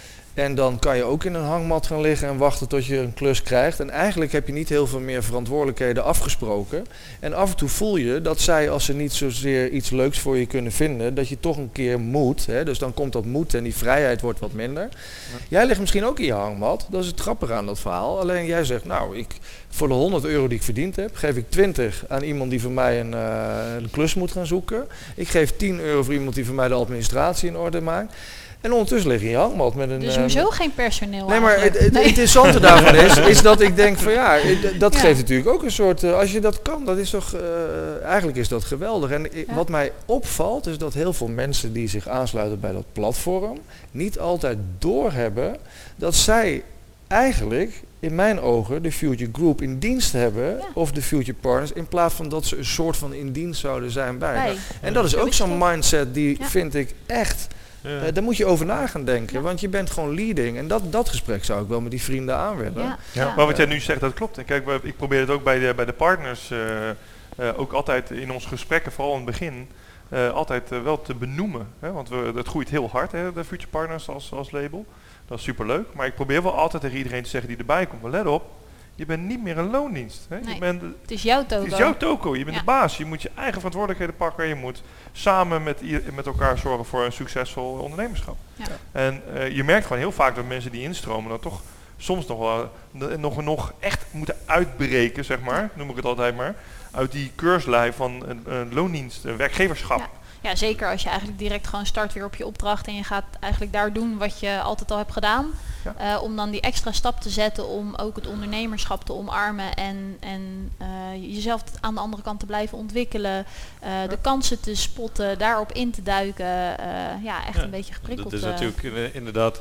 En dan kan je ook in een hangmat gaan liggen en wachten tot je een klus krijgt. En eigenlijk heb je niet heel veel meer verantwoordelijkheden afgesproken. En af en toe voel je dat zij, als ze niet zozeer iets leuks voor je kunnen vinden, dat je toch een keer moet. Hè? Dus dan komt dat moet en die vrijheid wordt wat minder. Ja. Jij ligt misschien ook in je hangmat. Dat is het grappige aan dat verhaal. Alleen jij zegt, nou, ik, voor de honderd euro die ik verdiend heb, geef ik twintig aan iemand die voor mij een, uh, een klus moet gaan zoeken. Ik geef tien euro voor iemand die voor mij de administratie in orde maakt. En ondertussen lig je in je hangmat met een... Dus uh, hoezo geen personeel? Nee, maar het, eigenlijk? het Nee. interessante daarvan is, is dat ik denk van ja, dat Ja. geeft natuurlijk ook een soort, uh, als je dat kan, dat is toch, uh, eigenlijk is dat geweldig. En ik, Ja. wat mij opvalt is dat heel veel mensen die zich aansluiten bij dat platform, niet altijd doorhebben dat zij eigenlijk, in mijn ogen, de Future Group in dienst hebben, Ja. of de Future Partners, in plaats van dat ze een soort van in dienst zouden zijn bij. Bij. En dat is ook zo'n mindset die, Ja. vind ik echt... ja. Uh, daar moet je over na gaan denken, Ja. want je bent gewoon leading. En dat, dat gesprek zou ik wel met die vrienden aanwillen. Ja. Ja, Ja. maar wat jij nu zegt, dat klopt. En kijk, we- ik probeer het ook bij de, bij de partners, uh, uh, ook altijd in onze gesprekken, vooral in het begin, uh, altijd uh, wel te benoemen. Hè? Want we, het groeit heel hard, hè, de Future Partners als, als label. Dat is superleuk. Maar ik probeer wel altijd tegen iedereen te zeggen die erbij komt, maar let op, je bent niet meer een loondienst. Hè? Nee. Je bent, Het is jouw toko. het is jouw toko, je bent Ja. de baas. Je moet je eigen verantwoordelijkheden pakken. Je moet samen met, i- met elkaar zorgen voor een succesvol ondernemerschap. Ja. En uh, je merkt gewoon heel vaak dat mensen die instromen dan toch soms nog wel uh, nog, nog echt moeten uitbreken, zeg maar, noem ik het altijd maar, uit die keurslijn van een, een loondienst, een werkgeverschap. Ja. Ja, zeker als je eigenlijk direct gewoon start weer op je opdracht en je gaat eigenlijk daar doen wat je altijd al hebt gedaan. Ja. Uh, om dan die extra stap te zetten om ook het ondernemerschap te omarmen en, en uh, jezelf t- aan de andere kant te blijven ontwikkelen. Uh, Ja. De kansen te spotten, daarop in te duiken. Uh, ja, echt Ja, een beetje geprikkeld. Dat is uh, natuurlijk uh, inderdaad,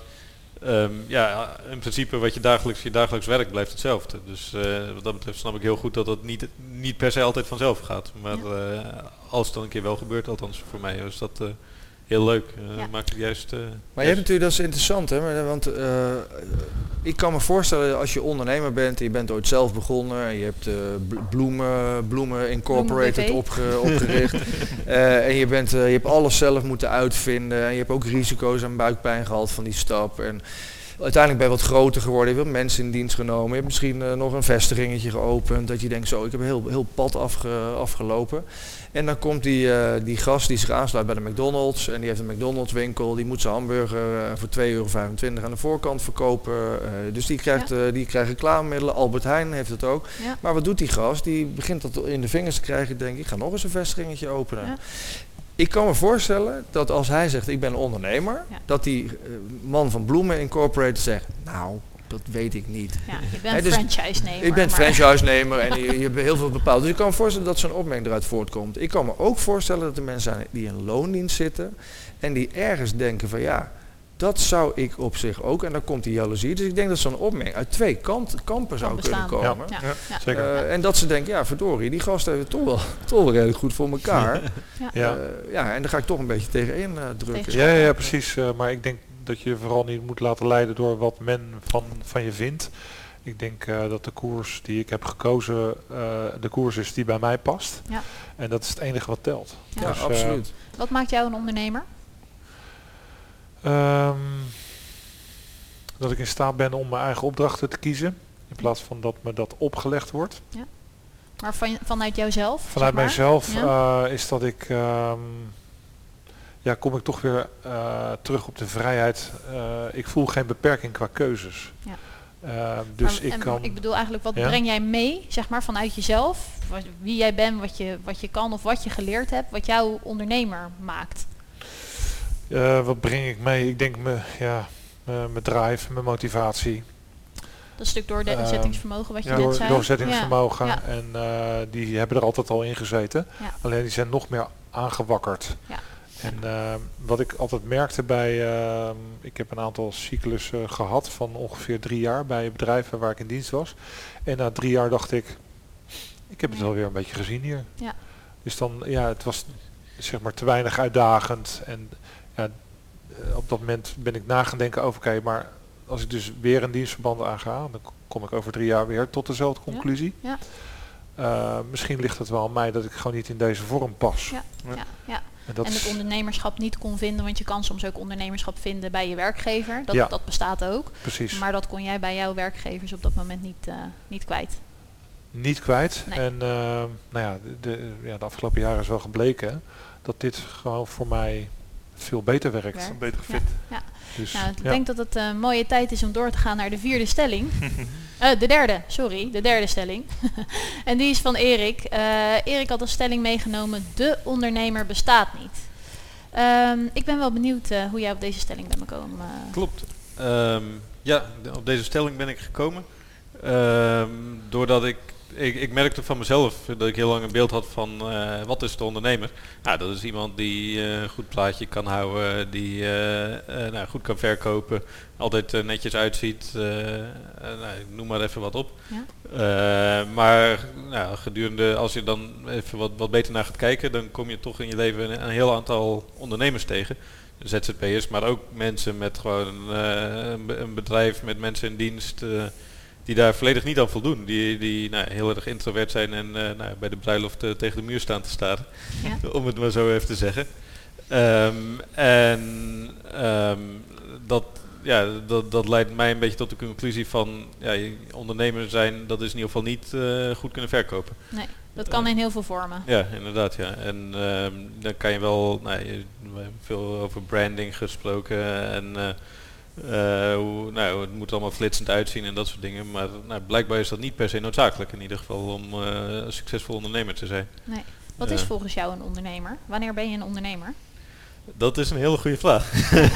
um, ja, in principe wat je dagelijks, je dagelijks werk blijft hetzelfde. Dus uh, wat dat betreft snap ik heel goed dat dat niet, niet per se altijd vanzelf gaat. Maar Ja. uh, als het dan een keer wel gebeurt, althans voor mij, is dat uh, heel leuk. Uh, Ja. Maakt het juist... Uh, Maar je hebt natuurlijk, dat is interessant, hè? Maar, want uh, ik kan me voorstellen als je ondernemer bent, en je bent ooit zelf begonnen, en je hebt uh, bl- bloemen, bloemen Incorporated Bloemen B V. opge- opgericht, uh, en je, bent, uh, je hebt alles zelf moeten uitvinden, en je hebt ook risico's en buikpijn gehad van die stap. En uiteindelijk ben je wat groter geworden, je hebt mensen in dienst genomen, je hebt misschien uh, nog een vestigingetje geopend, dat je denkt zo, ik heb een heel, heel pad afge- afgelopen. En dan komt die, uh, die gast die zich aansluit bij de McDonald's en die heeft een McDonald's winkel, die moet zijn hamburger uh, voor twee euro vijfentwintig aan de voorkant verkopen. Uh, dus die krijgt, Ja. uh, die krijgt reclamemiddelen, Albert Heijn heeft het ook. Ja. Maar wat doet die gast? Die begint dat in de vingers te krijgen, denk ik, ik ga nog eens een vestigingetje openen. Ja. Ik kan me voorstellen dat als hij zegt ik ben ondernemer, Ja. dat die uh, man van Bloemen Incorporated zegt, nou, dat weet ik niet. Ja, je bent Hè, dus franchise-nemer. Ik ben maar- franchise-nemer en je, je hebt heel veel bepaald. Dus ik kan me voorstellen dat zo'n opmerking eruit voortkomt. Ik kan me ook voorstellen dat er mensen zijn die in loondienst zitten en die ergens denken van ja, dat zou ik op zich ook. En dan komt die jaloezie. Dus ik denk dat zo'n opmerking uit twee kant, kampen zou Kan kunnen bestaan. komen. Ja. Ja, Ja. zeker. Uh, en dat ze denken, ja verdorie, die gasten hebben het toch wel, toch wel redelijk goed voor elkaar. Ja. Uh, ja, en daar ga ik toch een beetje tegenin uh, drukken. Tegen- Ja, ja, ja, precies. Uh, maar ik denk dat je vooral niet moet laten leiden door wat men van, van je vindt. Ik denk uh, dat de koers die ik heb gekozen, uh, de koers is die bij mij past. Ja. En dat is het enige wat telt. Ja. Ja, Dus, uh, absoluut. Wat maakt jou een ondernemer? Um, dat ik in staat ben om mijn eigen opdrachten te kiezen. In plaats van dat me dat opgelegd wordt. Ja. Maar van, vanuit jouzelf? Vanuit zeg maar? mijzelf ja. uh, is dat ik... Um, ja, kom ik toch weer uh, terug op de vrijheid. Uh, ik voel geen beperking qua keuzes. Ja. Uh, dus maar, ik en, kan... Ik bedoel eigenlijk, wat ja? breng jij mee, zeg maar, vanuit jezelf? Wat, wie jij bent, wat je, wat je kan of wat je geleerd hebt, wat jouw ondernemer maakt? Uh, wat breng ik mee? Ik denk me, ja, mijn drive, mijn motivatie. Dat stuk doorzettingsvermogen wat je ja, net door, zei. Doorzettingsvermogen. Ja. En uh, die hebben er altijd al in gezeten. Ja. Alleen die zijn nog meer aangewakkerd. Ja. En uh, wat ik altijd merkte bij, uh, ik heb een aantal cyclussen gehad van ongeveer drie jaar bij bedrijven waar ik in dienst was. En na drie jaar dacht ik, ik heb het nee. wel weer een beetje gezien hier. Ja. Dus dan, ja, het was zeg maar te weinig uitdagend. En ja, op dat moment ben ik na gaan denken over, oké, okay, maar als ik dus weer een dienstverband aanga, dan kom ik over drie jaar weer tot dezelfde conclusie. Ja. Ja. Uh, misschien ligt het wel aan mij dat ik gewoon niet in deze vorm pas. Ja. Ja. Ja. Ja. En, dat en het ondernemerschap niet kon vinden, want je kan soms ook ondernemerschap vinden bij je werkgever. Dat, ja. dat bestaat ook. Precies. Maar dat kon jij bij jouw werkgevers op dat moment niet, uh, niet kwijt. Niet kwijt. Nee. En uh, nou ja de, de, ja, de afgelopen jaren is wel gebleken dat dit gewoon voor mij veel beter werkt. Werk. Beter gefit. Ja. Ja. Dus, nou, ik ja. denk dat het een mooie tijd is om door te gaan naar de vierde stelling. uh, de derde, sorry, de derde stelling. En die is van Erik. Uh, Erik had als stelling meegenomen, de ondernemer bestaat niet. Um, ik ben wel benieuwd uh, hoe jij op deze stelling bent gekomen. Uh. Klopt. Um, ja, op deze stelling ben ik gekomen. Um, doordat ik, ik, ik merkte van mezelf dat ik heel lang een beeld had van uh, wat is de ondernemer. Nou, dat is iemand die uh, een goed plaatje kan houden, die uh, uh, nou, goed kan verkopen, altijd uh, netjes uitziet. Uh, uh, nou, ik noem maar even wat op. Ja. Uh, maar nou, gedurende, als je dan even wat, wat beter naar gaat kijken, dan kom je toch in je leven een, een heel aantal ondernemers tegen. Z Z P'ers, maar ook mensen met gewoon uh, een, een bedrijf met mensen in dienst uh, die daar volledig niet aan voldoen. Die, die nou, heel erg introvert zijn en uh, nou, bij de bruiloft uh, tegen de muur staan te staren. Ja. Om het maar zo even te zeggen. Um, en um, dat, ja, dat, dat leidt mij een beetje tot de conclusie van ja, ondernemer zijn, dat is in ieder geval niet uh, goed kunnen verkopen. Nee. Dat kan in heel veel vormen. Ja, inderdaad. Ja. En um, dan kan je wel, nou, je, we hebben veel over branding gesproken en uh, uh, hoe, nou, het moet allemaal flitsend uitzien en dat soort dingen. Maar nou, blijkbaar is dat niet per se noodzakelijk in ieder geval om uh, een succesvol ondernemer te zijn. Nee. Wat uh, is volgens jou een ondernemer? Wanneer ben je een ondernemer? Dat is een hele goede vraag.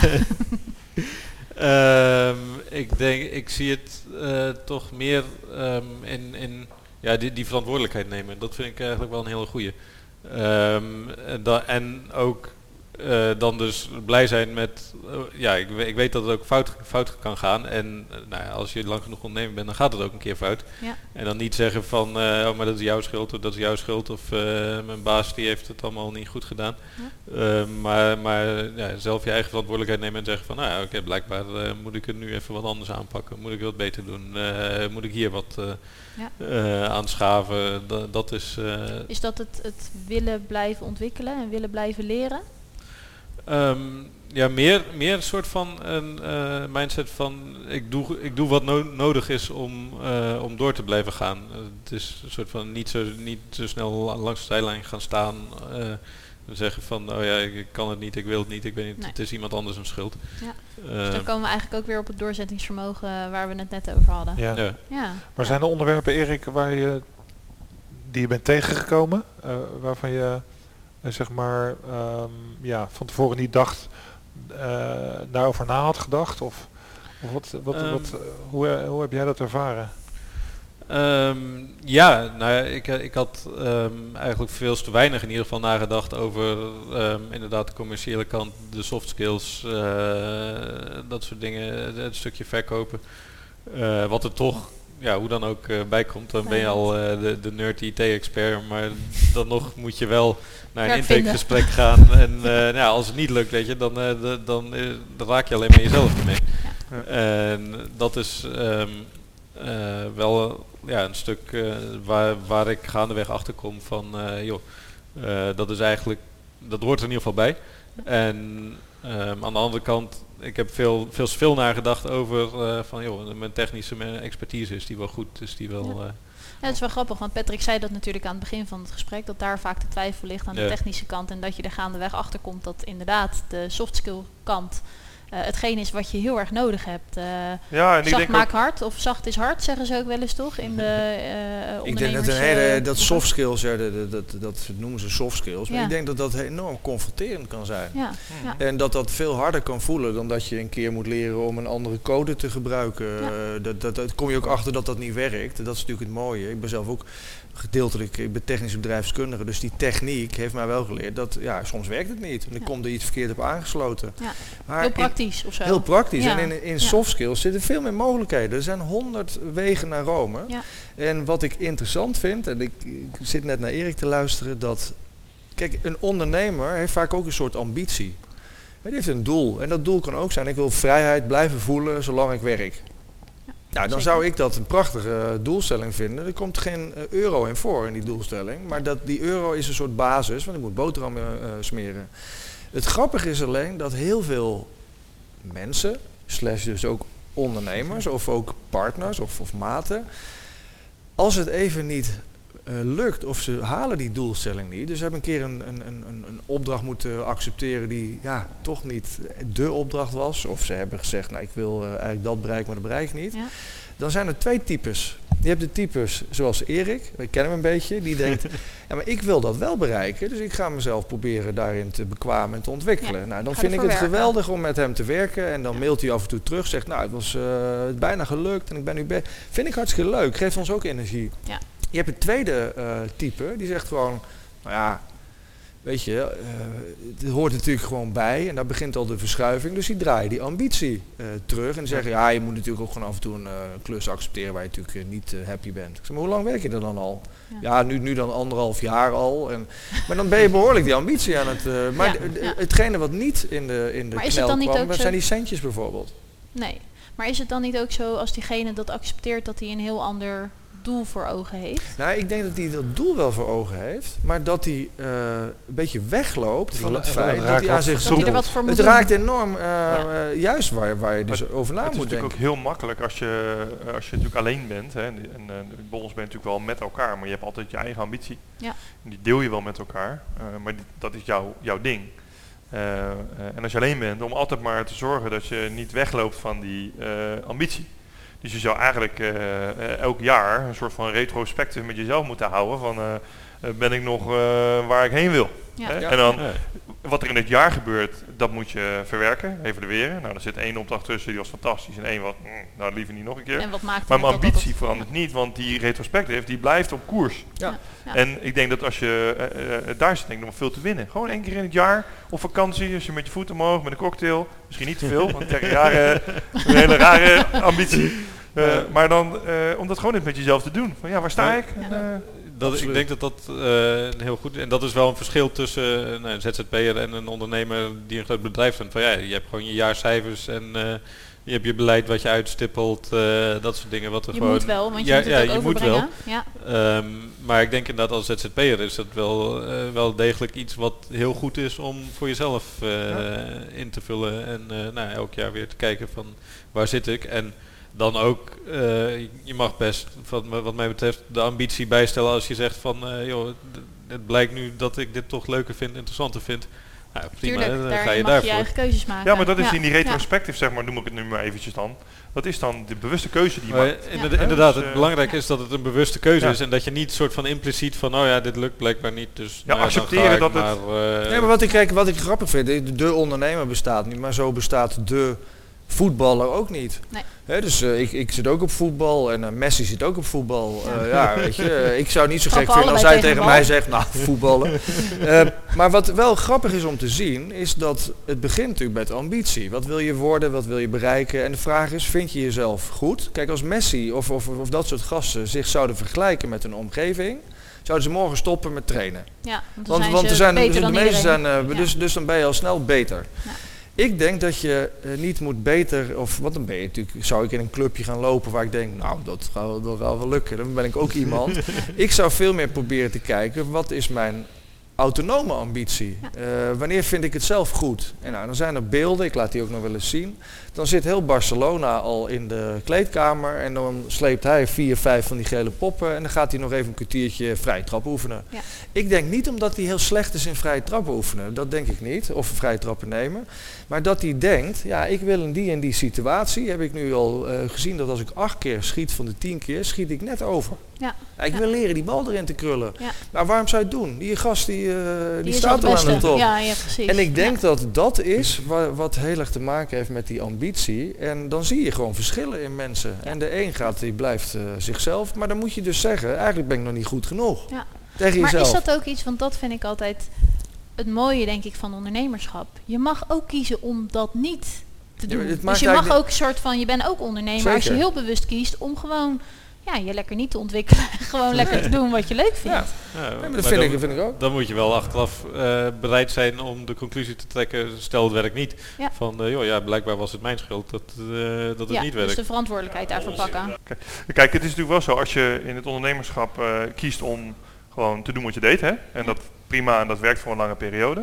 um, ik denk, ik zie het uh, toch meer um, in... in Ja, die, die verantwoordelijkheid nemen, dat vind ik eigenlijk wel een hele goeie. Um, da, en ook uh, dan dus blij zijn met, uh, ja, ik, ik weet dat het ook fout, fout kan gaan. En uh, nou ja, als je lang genoeg ondernemer bent, dan gaat het ook een keer fout. Ja. En dan niet zeggen van, uh, oh maar dat is jouw schuld of dat is jouw schuld. Of uh, mijn baas die heeft het allemaal niet goed gedaan. Ja. Uh, maar maar ja, zelf je eigen verantwoordelijkheid nemen en zeggen van, nou ja, oké, okay, blijkbaar uh, moet ik het nu even wat anders aanpakken. Moet ik wat beter doen. Uh, moet ik hier wat... Uh, Ja. Uh, aanschaven, dat, dat is... Uh, is dat het, het willen blijven ontwikkelen en willen blijven leren? Um, ja, meer, meer een soort van een uh, mindset van ik doe, ik doe wat no- nodig is om, uh, om door te blijven gaan. Uh, het is een soort van niet zo, niet zo snel langs de zijlijn gaan staan. Uh, zeggen van, oh ja, ik kan het niet, ik wil het niet, ik weet niet, nee. Het is iemand anders een schuld. Ja. Uh, dus dan komen we eigenlijk ook weer op het doorzettingsvermogen uh, waar we het net over hadden. Ja. Ja. Ja. Maar zijn er onderwerpen, Erik, waar je, die je bent tegengekomen, uh, waarvan je uh, zeg maar um, ja, van tevoren niet dacht, uh, daarover na had gedacht? Of, of wat, wat, um, wat, uh, hoe, hoe heb jij dat ervaren? Um, ja, nou ja, ik, ik had um, eigenlijk veel te weinig in ieder geval nagedacht over um, inderdaad de commerciële kant, de soft skills, uh, dat soort dingen, het, het stukje verkopen. Uh, wat er toch, ja, hoe dan ook uh, bij komt, dan ben je al uh, de, de nerd I T-expert, maar dan nog moet je wel naar een intakegesprek gaan. En uh, nou, als het niet lukt, weet je, dan, uh, de, dan, uh, dan raak je alleen maar jezelf mee. Ja. En dat is... Um, Uh, wel ja, een stuk uh, waar, waar ik gaandeweg achter kom van uh, joh, uh, dat is eigenlijk, dat hoort er in ieder geval bij. En Um, aan de andere kant, ik heb veel, veel, veel nagedacht over uh, van joh, mijn technische mijn expertise is die wel goed, is die wel... Ja. Uh, Ja, het is wel grappig, want Patrick zei dat natuurlijk aan het begin van het gesprek, dat daar vaak de twijfel ligt aan de ja. technische kant en dat je er gaandeweg achter komt dat inderdaad de soft skill kant uh, hetgeen is wat je heel erg nodig hebt. Uh, ja, en ik zacht denk maakt ook, hard of zacht is hard, zeggen ze ook wel eens toch in de uh, Ik denk dat een hele, dat soft skills, ja, dat, dat, dat noemen ze soft skills, maar ja. ik denk dat dat enorm confronterend kan zijn. Ja. Ja. En dat dat veel harder kan voelen dan dat je een keer moet leren om een andere code te gebruiken. Ja. Uh, dat, dat, dat kom je ook achter dat dat niet werkt. Dat is natuurlijk het mooie. Ik ben zelf ook gedeeltelijk, ik ben technisch bedrijfskundige, dus die techniek heeft mij wel geleerd dat ja, soms werkt het niet. En dan ja. komt er iets verkeerd op aangesloten. Ja. Maar heel praktisch of zo. Heel praktisch. Ja. En in, in ja. soft skills zitten veel meer mogelijkheden. Er zijn honderd wegen naar Rome. Ja. En wat ik interessant vind, en ik, ik zit net naar Erik te luisteren, dat kijk, een ondernemer heeft vaak ook een soort ambitie. Hij heeft een doel. En dat doel kan ook zijn, ik wil vrijheid blijven voelen zolang ik werk. Nou, dan zou ik dat een prachtige uh, doelstelling vinden. Er komt geen uh, euro in voor in die doelstelling. Maar dat, die euro is een soort basis, want ik moet boterhammen uh, smeren. Het grappige is alleen dat heel veel mensen, slash dus ook ondernemers of ook partners of, of maten, als het even niet uh, lukt of ze halen die doelstelling niet. Dus ze hebben een keer een, een, een, een opdracht moeten accepteren die ja, toch niet de opdracht was. Of ze hebben gezegd, nou ik wil uh, eigenlijk dat bereiken, maar dat bereik ik niet. Ja. Dan zijn er twee types. Je hebt de types zoals Erik, ik ken hem een beetje, die denkt, ja maar ik wil dat wel bereiken, dus ik ga mezelf proberen daarin te bekwamen en te ontwikkelen. Ja, nou, dan vind ik het werken. geweldig om met hem te werken en dan ja. mailt hij af en toe terug, zegt nou het was uh, bijna gelukt en ik ben nu be- vind ik hartstikke leuk, geeft ons ook energie. Ja. Je hebt het tweede uh, type, die zegt gewoon, nou ja, weet je, uh, het hoort natuurlijk gewoon bij en daar begint al de verschuiving. Dus die draaien die ambitie uh, terug en die zeggen, ja, je moet natuurlijk ook gewoon af en toe een uh, klus accepteren waar je natuurlijk uh, niet uh, happy bent. Ik zeg, maar hoe lang werk je er dan al? Ja, ja nu, nu dan anderhalf jaar al. En, maar dan ben je behoorlijk die ambitie aan het... Uh, maar ja, d- ja. hetgene wat niet in de, in de knel kwam, zijn die centjes bijvoorbeeld. Nee, maar is het dan niet ook zo als diegene dat accepteert dat hij een heel ander doel voor ogen heeft? Nou, ik denk dat hij dat doel wel voor ogen heeft, maar dat hij uh, een beetje wegloopt van het feit dat hij aan zich zoekt. Het raakt enorm, uh, ja. uh, juist waar, waar je dus maar over na moet denken. Het is natuurlijk ook heel makkelijk als je, als je natuurlijk alleen bent. Hè, en uh, bij ons ben je natuurlijk wel met elkaar, maar je hebt altijd je eigen ambitie. Ja. En die deel je wel met elkaar, uh, maar die, dat is jouw, jouw ding. Uh, uh, en als je alleen bent, om altijd maar te zorgen dat je niet wegloopt van die uh, ambitie. Dus je zou eigenlijk uh, uh, elk jaar een soort van retrospectief met jezelf moeten houden van uh, uh, ben ik nog uh, waar ik heen wil. Ja. Hè? Ja. En dan Ja. wat er in het jaar gebeurt, dat moet je verwerken, evalueren. Nou, er zit één opdracht tussen, die was fantastisch en één wat, mm, nou liever niet nog een keer. En wat maakt maar mijn dat ambitie dat verandert ja. niet, want die retrospectief die blijft op koers. Ja. Ja. En ik denk dat als je, uh, uh, daar zit denk ik nog veel te winnen. Gewoon één keer in het jaar op vakantie, als je met je voet omhoog, met een cocktail. Misschien niet te veel, want ik krijg een, rare, een hele rare ambitie. Uh, maar dan, uh, om dat gewoon eens met jezelf te doen. Van ja, waar sta ja. ik? Ja. En, uh, Dat, ik denk dat dat uh, heel goed is. En dat is wel een verschil tussen uh, nou, een Z Z P'er en een ondernemer die een groot bedrijf heeft. Van ja, je hebt gewoon je jaarcijfers en uh, je hebt je beleid wat je uitstippelt, uh, dat soort dingen. Wat er je gewoon, moet wel, want je ja, moet het ja, ook je overbrengen. moet wel. Ja. Um, maar ik denk inderdaad als Z Z P'er is dat wel, uh, wel degelijk iets wat heel goed is om voor jezelf uh, ja. in te vullen. En uh, nou, elk jaar weer te kijken van waar zit ik. En dan ook, uh, je mag best, wat, wat mij betreft, de ambitie bijstellen als je zegt van, uh, joh, d- het blijkt nu dat ik dit toch leuker vind, interessanter vind. Nou, prima, Tuurlijk, dan daar ga je mag daarvoor. je eigen keuzes maken. ja, maar dat is ja. in die retrospectief, zeg maar, noem ik het nu maar eventjes dan. Dat is dan de bewuste keuze die je Maar maakt. inderdaad, Ja. inderdaad, Dus, het uh, belangrijke ja. is dat het een bewuste keuze Ja. is en dat je niet soort van impliciet van, oh ja, dit lukt blijkbaar niet, dus Ja, nou, accepteren dan ga ik dat het- maar, uh, Nee, maar wat ik, kijk, wat ik grappig vind, de, de ondernemer bestaat niet, maar zo bestaat de voetballer ook niet. Nee. Hè, dus uh, ik, ik zit ook op voetbal en uh, Messi zit ook op voetbal. Uh, ja, weet je, uh, ik zou het niet zo gek Trappen vinden als hij allebei tegen tegen mij de zegt, nou, voetballen. uh, maar wat wel grappig is om te zien, is dat het begint natuurlijk met ambitie. Wat wil je worden, wat wil je bereiken? En de vraag is, vind je jezelf goed? Kijk, als Messi of, of, of dat soort gasten zich zouden vergelijken met een omgeving, zouden ze morgen stoppen met trainen. Ja, want, Want, zijn want ze er zijn, beter de dan meeste zijn, iedereen. uh, Ja. dus, dus dan ben je al snel beter. Ja. Ik denk dat je uh, niet moet beter, of wat dan ben je natuurlijk, zou ik in een clubje gaan lopen waar ik denk, nou dat gaat wel, dat gaat wel lukken, dan ben ik ook iemand. Ik zou veel meer proberen te kijken, wat is mijn autonome ambitie. Ja. Uh, wanneer vind ik het zelf goed? En nou, dan zijn er beelden, ik laat die ook nog wel eens zien. Dan zit heel Barcelona al in de kleedkamer en dan sleept hij vier, vijf van die gele poppen en dan gaat hij nog even een kwartiertje vrije trappen oefenen. Ja. Ik denk niet omdat hij heel slecht is in vrije trappen oefenen, dat denk ik niet, of vrije trappen nemen. Maar dat hij denkt, ja, ik wil in die en die situatie, heb ik nu al uh, gezien dat als ik acht keer schiet van de tien keer, schiet ik net over. Ja. Ja, ik ja. wil leren die bal erin te krullen. Ja. Maar waarom zou je het doen? Die gast die, uh, die, die staat al aan de top. Ja, ja, precies. En ik denk ja. dat dat is wat, wat heel erg te maken heeft met die ambitie. En dan zie je gewoon verschillen in mensen. Ja. En de een gaat, die blijft uh, zichzelf. Maar dan moet je dus zeggen, eigenlijk ben ik nog niet goed genoeg. Ja. Tegen maar jezelf. Is dat ook iets, want dat vind ik altijd het mooie denk ik van ondernemerschap. Je mag ook kiezen om dat niet te doen. Ja, dus je mag ook een soort van, je bent ook ondernemer. Zeker. Als je heel bewust kiest om gewoon... Ja, je lekker niet te ontwikkelen. Gewoon nee. lekker te doen wat je leuk vindt. Ja. Ja, ja, dat vind, dan, ik, vind ik ook. Dan moet je wel achteraf uh, bereid zijn om de conclusie te trekken. Stel het werkt niet. Ja. Van, uh, joh, ja, blijkbaar was het mijn schuld dat, uh, dat het ja, niet werkt. Dus de verantwoordelijkheid daarvoor pakken. Kijk, kijk, het is natuurlijk wel zo. Als je in het ondernemerschap uh, kiest om gewoon te doen wat je deed. Hè, en ja. dat prima en dat werkt voor een lange periode.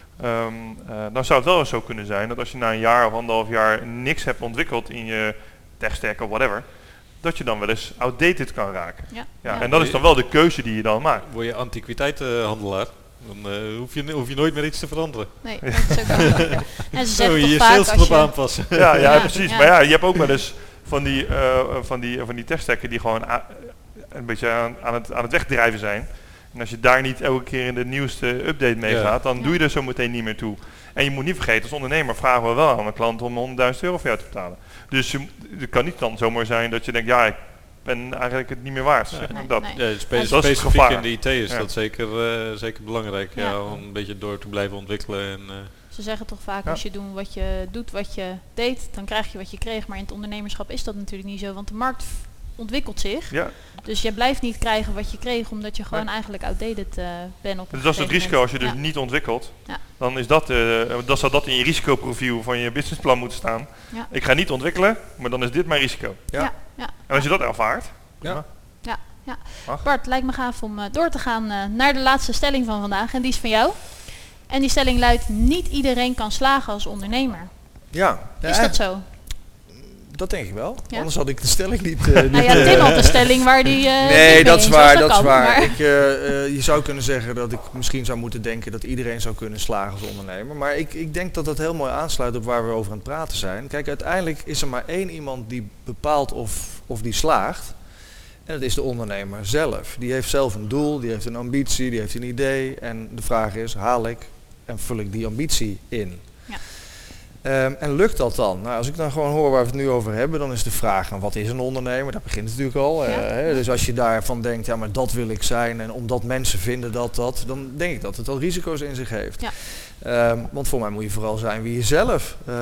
Um, uh, dan zou het wel zo kunnen zijn dat als je na een jaar of anderhalf jaar niks hebt ontwikkeld in je techstack of whatever... dat je dan wel eens outdated kan raken. Ja. Ja, ja. En dat is dan wel de keuze die je dan maakt. Word je antiquiteitenhandelaar, dan uh, hoef, je, hoef je nooit meer iets te veranderen. Nee, dat is ook wel. Ja. En ze zeggen je je vaak sales je... aanpassen. Ja, ja, ja precies. Ja. Maar ja, je hebt ook wel eens van die, uh, van die, van die techstacken die gewoon a- een beetje aan, aan, het, aan het wegdrijven zijn. En als je daar niet elke keer in de nieuwste update mee gaat, ja. dan ja. doe je er zo meteen niet meer toe. En je moet niet vergeten, als ondernemer vragen we wel aan een klant om honderdduizend euro voor jou te betalen. Dus je, het kan niet dan zomaar zijn dat je denkt, ja, ik ben eigenlijk het niet meer waard. Nee, nee, dat. Nee. Ja, spe- dat specifiek in de I T is ja. dat zeker, uh, zeker belangrijk, ja. Ja, om een beetje door te blijven ontwikkelen. En, uh, Ze zeggen toch vaak, ja. als je doet wat je doet, wat je deed, dan krijg je wat je kreeg. Maar in het ondernemerschap is dat natuurlijk niet zo, want de markt ontwikkelt zich. Ja. Dus je blijft niet krijgen wat je kreeg, omdat je gewoon nee. eigenlijk outdated uh, bent. Op dus dat is het risico als je dus ja. niet ontwikkelt. Ja. Dan is dat, uh, dan zou dat in je risicoprofiel van je businessplan moeten staan. Ja. Ik ga niet ontwikkelen, maar dan is dit mijn risico. Ja. Ja. Ja. En als je dat ervaart. Ja. Ja. Ja. Ja. Bart, lijkt me gaaf om uh, door te gaan uh, naar de laatste stelling van vandaag. En die is van jou. En die stelling luidt, niet iedereen kan slagen als ondernemer. Ja. Is ja, dat zo? Dat denk ik wel. Ja? Anders had ik de stelling niet... Uh, nou ja, Tim had de stelling waar die... Uh, nee, dat is waar, dat, dat is waar. Ik, uh, uh, je zou kunnen zeggen dat ik misschien zou moeten denken dat iedereen zou kunnen slagen als ondernemer. Maar ik, ik denk dat dat heel mooi aansluit op waar we over aan het praten zijn. Kijk, uiteindelijk is er maar één iemand die bepaalt of, of die slaagt. En dat is de ondernemer zelf. Die heeft zelf een doel, die heeft een ambitie, die heeft een idee. En de vraag is, haal ik en vul ik die ambitie in? Ja. Um, en lukt dat dan? Nou, als ik dan gewoon hoor waar we het nu over hebben, dan is de vraag, nou, wat is een ondernemer? Dat begint het natuurlijk al. Ja. Uh, hè? Dus als je daarvan denkt, ja, maar dat wil ik zijn en omdat mensen vinden dat dat, dan denk ik dat het al risico's in zich heeft. Ja. Um, want voor mij moet je vooral zijn wie je zelf uh,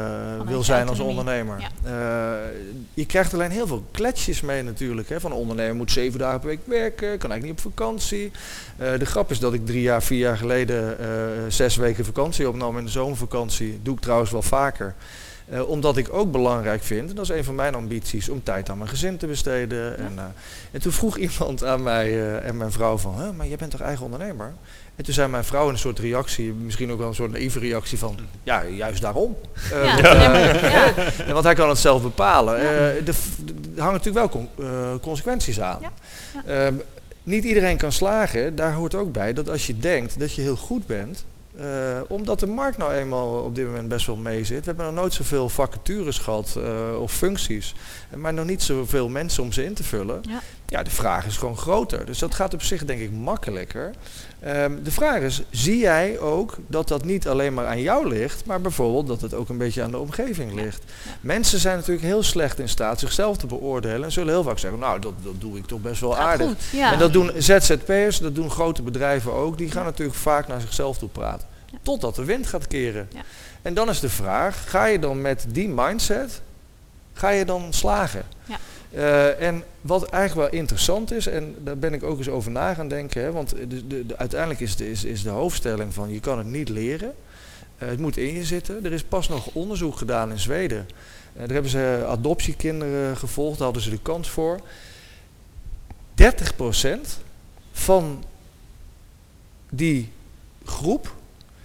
wil zijn als ondernemer. Ja. Uh, je krijgt alleen heel veel kletsjes mee natuurlijk. Hè? Van een ondernemer moet zeven dagen per week werken, kan eigenlijk niet op vakantie. Uh, de grap is dat ik drie jaar, vier jaar geleden uh, zes weken vakantie opnam in de zomervakantie. Doe ik trouwens wel vaker. Uh, omdat ik ook belangrijk vind, en dat is een van mijn ambities, om tijd aan mijn gezin te besteden. Ja. En, uh, en toen vroeg iemand aan mij uh, en mijn vrouw van, huh, maar jij bent toch eigen ondernemer? En toen zei mijn vrouw een soort reactie, misschien ook wel een soort naïeve reactie van, ja, juist daarom. Uh, ja, want, uh, ja. Ja, want hij kan het zelf bepalen. Ja. Uh, er hangen natuurlijk wel con- uh, consequenties aan. Ja. Ja. Uh, niet iedereen kan slagen, daar hoort ook bij dat als je denkt dat je heel goed bent, Uh, omdat de markt nou eenmaal op dit moment best wel mee zit. We hebben nog nooit zoveel vacatures gehad uh, of functies. Maar nog niet zoveel mensen om ze in te vullen. Ja. Ja, de vraag is gewoon groter. Dus dat gaat op zich denk ik makkelijker. Um, de vraag is, zie jij ook dat dat niet alleen maar aan jou ligt, maar bijvoorbeeld dat het ook een beetje aan de omgeving ligt. Ja. Ja. Mensen zijn natuurlijk heel slecht in staat zichzelf te beoordelen en zullen heel vaak zeggen, nou dat, dat doe ik toch best wel aardig. Goed, ja. En dat doen Z Z P'ers, dat doen grote bedrijven ook, die gaan ja. natuurlijk vaak naar zichzelf toe praten. Ja. Totdat de wind gaat keren. Ja. En dan is de vraag, ga je dan met die mindset, ga je dan slagen? Ja. Uh, en wat eigenlijk wel interessant is, en daar ben ik ook eens over na gaan denken, hè, want de, de, de, uiteindelijk is de, is, is de hoofdstelling van je kan het niet leren. Uh, het moet in je zitten. Er is pas nog onderzoek gedaan in Zweden. Uh, daar hebben ze adoptiekinderen gevolgd, daar hadden ze de kans voor. dertig procent van die groep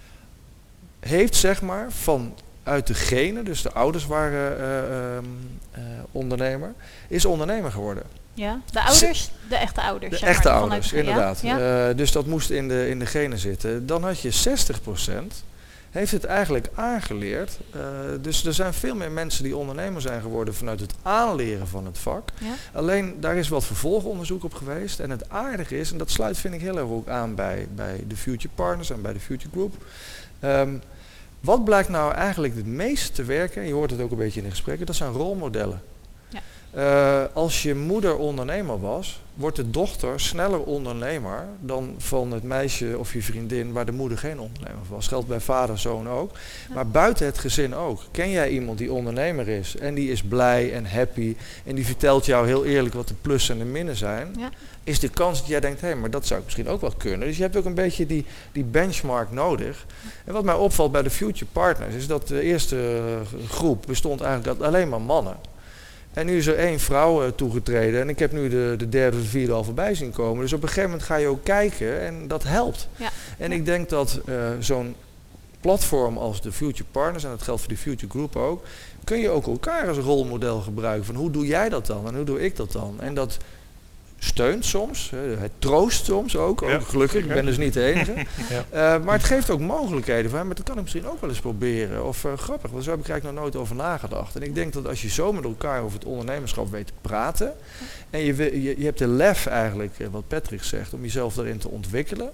heeft zeg maar vanuit de genen, dus de ouders waren uh, uh, uh, ondernemer, is ondernemer geworden. Ja, de ouders, de echte ouders. De zeg echte maar, ouders, vanuit, inderdaad. Ja? Ja? Uh, dus dat moest in de, in de genen zitten. Dan had je zestig procent, heeft het eigenlijk aangeleerd. Uh, dus er zijn veel meer mensen die ondernemer zijn geworden vanuit het aanleren van het vak. Ja? Alleen daar is wat vervolgonderzoek op geweest. En het aardige is, en dat sluit vind ik heel erg ook aan bij, bij de Future Partners en bij de Future Group. Um, wat blijkt nou eigenlijk het meest te werken, en je hoort het ook een beetje in de gesprekken, dat zijn rolmodellen. Ja. Uh, als je moeder ondernemer was, wordt de dochter sneller ondernemer dan van het meisje of je vriendin waar de moeder geen ondernemer was. Dat geldt bij vader, zoon ook. Ja. Maar buiten het gezin ook. Ken jij iemand die ondernemer is en die is blij en happy en die vertelt jou heel eerlijk wat de plussen en de minnen zijn, Ja. is de kans dat jij denkt, hé, hey, maar dat zou ik misschien ook wel kunnen. Dus je hebt ook een beetje die, die benchmark nodig. En wat mij opvalt bij de Future Partners is dat de eerste groep bestond eigenlijk uit alleen maar mannen. En nu is er één vrouw uh, toegetreden en ik heb nu de, de derde of de vierde al voorbij zien komen. Dus op een gegeven moment ga je ook kijken en dat helpt. Ja. En ik denk dat uh, zo'n platform als de Future Partners, en dat geldt voor de Future Group ook, kun je ook elkaar als rolmodel gebruiken. Van hoe doe jij dat dan en hoe doe ik dat dan? En dat steunt soms, uh, het troost soms ook, ook ja, gelukkig, ik ben dus niet de enige. Ja. Uh, maar het geeft ook mogelijkheden van, maar dat kan ik misschien ook wel eens proberen. Of uh, grappig, want zo heb ik eigenlijk nog nooit over nagedacht. En ik denk dat als je zo met elkaar over het ondernemerschap weet te praten, en je, je, je hebt de lef eigenlijk, uh, wat Patrick zegt, om jezelf daarin te ontwikkelen,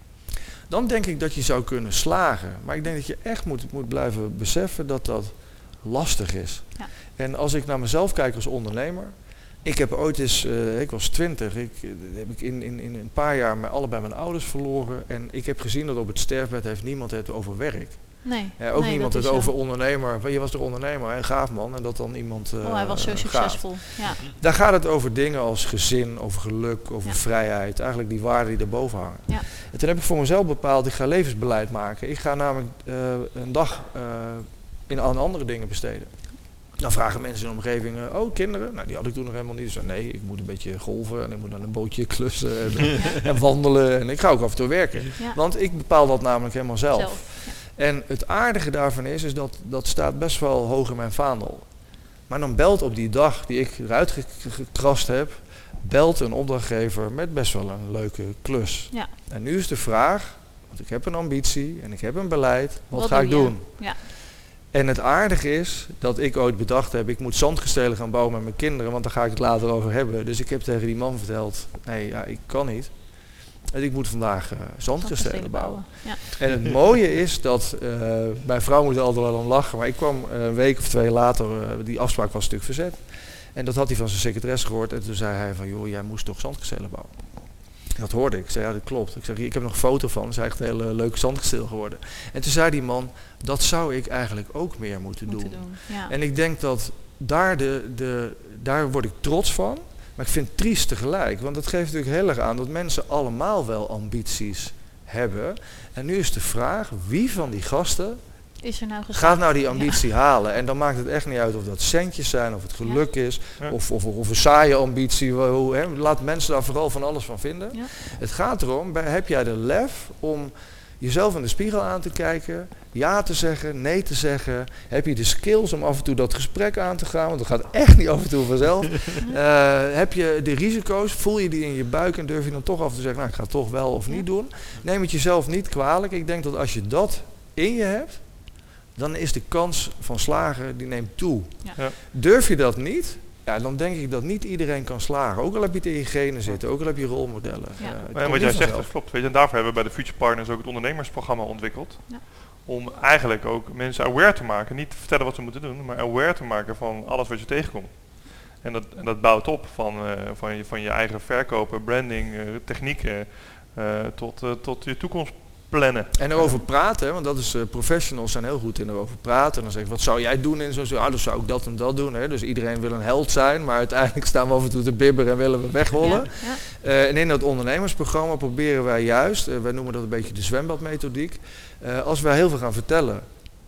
dan denk ik dat je zou kunnen slagen. Maar ik denk dat je echt moet, moet blijven beseffen dat dat lastig is. Ja. En als ik naar mezelf kijk als ondernemer, ik heb ooit eens, uh, ik was twintig, ik, uh, heb ik in, in, in een paar jaar mijn, allebei mijn ouders verloren. En ik heb gezien dat op het sterfbed heeft niemand het over werk. Nee. Ja, ook nee, niemand het zo. over ondernemer. Je was toch ondernemer, een gaaf man. En dat dan iemand uh, Oh, hij was zo succesvol. Ja. Daar gaat het over dingen als gezin, over geluk, over Ja. vrijheid. Eigenlijk die waarden die erboven hangen. Ja. En toen heb ik voor mezelf bepaald, ik ga levensbeleid maken. Ik ga namelijk uh, een dag uh, in aan andere dingen besteden. Dan vragen mensen in de omgeving, uh, oh kinderen? Nou, die had ik toen nog helemaal niet. Dus zei, nee, ik moet een beetje golven en ik moet aan een bootje klussen en, Ja. en wandelen. En ik ga ook af en toe werken. Ja. Want ik bepaal dat namelijk helemaal zelf. Zelf. Ja. En het aardige daarvan is, is dat dat staat best wel hoog in mijn vaandel. Maar dan belt op die dag die ik eruit ge- gekrast heb, belt een opdrachtgever met best wel een leuke klus. Ja. En nu is de vraag, want ik heb een ambitie en ik heb een beleid, wat, Wat ga doe ik je? doen? Ja. En het aardige is dat ik ooit bedacht heb, ik moet zandkastelen gaan bouwen met mijn kinderen, want daar ga ik het later over hebben. Dus ik heb tegen die man verteld, nee, ja, ik kan niet. En ik moet vandaag uh, zandkastelen bouwen. Ja. En het mooie is dat, uh, mijn vrouw moet er altijd wel om lachen, maar ik kwam uh, een week of twee later, uh, die afspraak was een stuk verzet. En dat had hij van zijn secretaresse gehoord en toen zei hij van, joh, jij moest toch zandkastelen bouwen? Dat hoorde ik. Ik zei, ja, dat klopt. Ik zeg, ik heb nog een foto van. Het is echt een hele leuke zandkasteel geworden. En toen zei die man, dat zou ik eigenlijk ook meer moeten, Moeten doen. doen. Ja. En ik denk dat daar, de, de, daar word ik trots van. Maar ik vind het triest tegelijk. Want dat geeft natuurlijk heel erg aan dat mensen allemaal wel ambities hebben. En nu is de vraag, wie van die gasten Is er nou gaat nou die ambitie ja. halen? En dan maakt het echt niet uit of dat centjes zijn, of het geluk ja. is, Ja. of, of, of een saaie ambitie. Hoe, hè. Laat mensen daar vooral van alles van vinden. Ja. Het gaat erom, bij- heb jij de lef om jezelf in de spiegel aan te kijken, ja te zeggen, nee te zeggen? Heb je de skills om af en toe dat gesprek aan te gaan? Want dat gaat echt niet af en toe vanzelf. uh, heb je de risico's, voel je die in je buik en durf je dan toch af en toe zeggen, nou ik ga het toch wel of niet Ja. doen? Neem het jezelf niet kwalijk. Ik denk dat als je dat in je hebt, dan is de kans van slagen, die neemt toe. Ja. Ja. Durf je dat niet, ja, dan denk ik dat niet iedereen kan slagen. Ook al heb je het in je genen zitten, ook al heb je rolmodellen. Ja. Uh, het En komt wat jij niet zegt, vanzelf. dat klopt. Weet je, en daarvoor hebben we bij de Future Partners ook het ondernemersprogramma ontwikkeld. Ja. Om eigenlijk ook mensen aware te maken, niet te vertellen wat ze moeten doen, maar aware te maken van alles wat je tegenkomt. En dat, en dat bouwt op van, uh, van, je, van je eigen verkopen, branding, uh, technieken, uh, tot, uh, tot je toekomst plannen. En erover praten, hè, want dat is, uh, professionals zijn heel goed in erover praten. En dan zeg ik, wat zou jij doen in zo'n, ah, dan zou ik dat en dat doen. Hè. Dus iedereen wil een held zijn, maar uiteindelijk staan we af en toe te bibberen en willen we wegrollen. Ja. Ja. Uh, en in dat ondernemersprogramma proberen wij juist, uh, wij noemen dat een beetje de zwembadmethodiek. Uh, als wij heel veel gaan vertellen,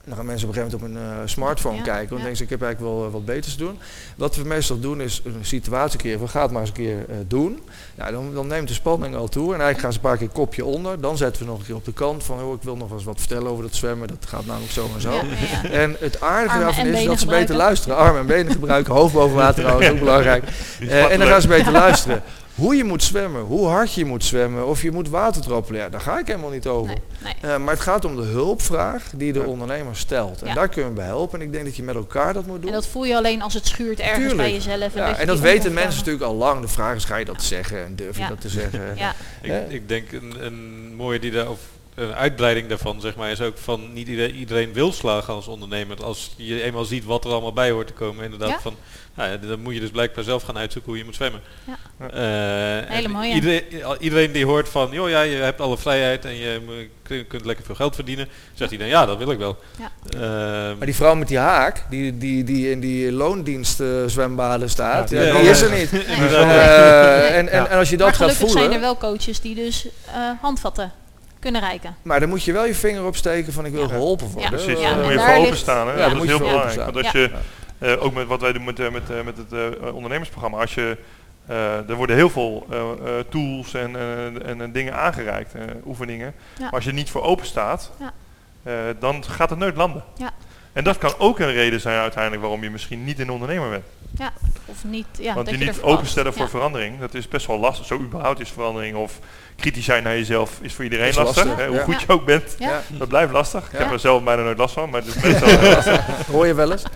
En dan gaan mensen op een gegeven moment op hun uh, smartphone ja, kijken. Dan ja. denken ze, ik heb eigenlijk wel uh, wat beters te doen. Wat we meestal doen is een situatie creëren van ga het maar eens een keer uh, doen. Nou, dan, dan neemt de spanning al toe. En eigenlijk gaan ze een paar keer kopje onder. Dan zetten we nog een keer op de kant van, oh, ik wil nog eens wat vertellen over dat zwemmen. Dat gaat namelijk zo en zo. Ja, ja. En het aardige Armen daarvan en is benen dat ze gebruiken. beter luisteren. Armen en benen gebruiken, hoofd boven water houden, ook belangrijk. Uh, en dan gaan ze beter luisteren. Hoe je moet zwemmen, hoe hard je moet zwemmen, of je moet water droppelen, ja, daar ga ik helemaal niet over. Nee, nee. Uh, maar het gaat om de hulpvraag die de ondernemer stelt. En ja. daar kunnen we bij helpen. En ik denk dat je met elkaar dat moet doen. En dat voel je alleen als het schuurt ergens Tuurlijk. bij jezelf. En ja, dat, je en dat die weten onconforme- mensen natuurlijk al lang. De vraag is, ga je dat zeggen en durf je Ja. dat te zeggen? Ja, Ik, Hè? ik denk een, een mooie die daar, of een uitbreiding daarvan zeg maar, is ook van niet iedereen, iedereen wil slagen als ondernemer. Als je eenmaal ziet wat er allemaal bij hoort te komen, inderdaad Ja. van, nou ja, dan moet je dus blijkbaar zelf gaan uitzoeken hoe je moet zwemmen. Ja. Uh, Hele mooie. Iedereen, iedereen die hoort van, joh ja, je hebt alle vrijheid en je kunt, kunt lekker veel geld verdienen, zegt iedereen, ja, dat wil ik wel. Ja. Uh, Maar die vrouw met die haak, die, die, die in die loondienst uh, zwembaden staat, Ja, ja, die- die ja, is ja. er niet. Nee. Uh, Nee. en, en, Ja. en als je dat maar gaat gelukkig voelen, zijn er wel coaches die dus uh, handvatten kunnen reiken. maar dan moet je wel je vinger opsteken van ik wil Ja. geholpen Ja. worden. Precies, Ja, daar moet je en voor daar openstaan. Hè? Ja, dat daar is moet heel je voor belangrijk. openstaan. Want als je, uh, ook met wat wij doen met, uh, met, uh, met het uh, ondernemersprogramma, als je, uh, er worden heel veel uh, uh, tools en, uh, en uh, dingen aangereikt, uh, oefeningen. Ja. Maar als je er niet voor open staat, Ja. uh, dan gaat het nooit landen. Ja. En dat kan ook een reden zijn uiteindelijk waarom je misschien niet een ondernemer bent. Ja, of niet. Ja, Want dat je je niet ervoor openstellen past. voor Ja. verandering, dat is best wel lastig. Zo überhaupt is verandering of kritisch zijn naar jezelf is voor iedereen Is lastig. lastig, Hè? Hoe ja. goed Ja. je ook bent, Ja. Ja. dat blijft lastig. Ik Ja. heb er zelf bijna nooit last van, maar het is meestal heel lastig. Hoor je wel eens?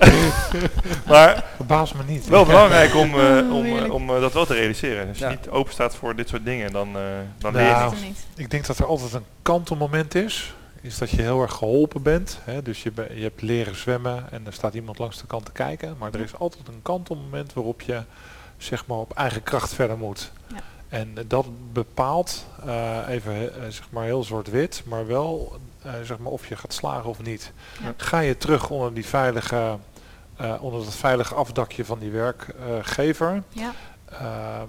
Maar Verbaas me niet. wel belangrijk om, uh, Oh, om, uh, heerlijk. om uh, dat wel te realiseren. Als je Ja. niet open staat voor dit soort dingen, dan, uh, dan Nou, leer je Dat niet. is er niet. Ik denk dat er altijd een kantelmoment is. Is dat je heel erg geholpen bent. Hè? Dus je, be- je hebt leren zwemmen en er staat iemand langs de kant te kijken. Maar er is altijd een kantelmoment waarop je zeg maar op eigen kracht verder moet. Ja. En dat bepaalt uh, even uh, zeg maar heel zwart-wit, maar wel uh, zeg maar of je gaat slagen of niet. Ja. Ga je terug onder die veilige, uh, onder dat veilige afdakje van die werkgever, Ja. uh,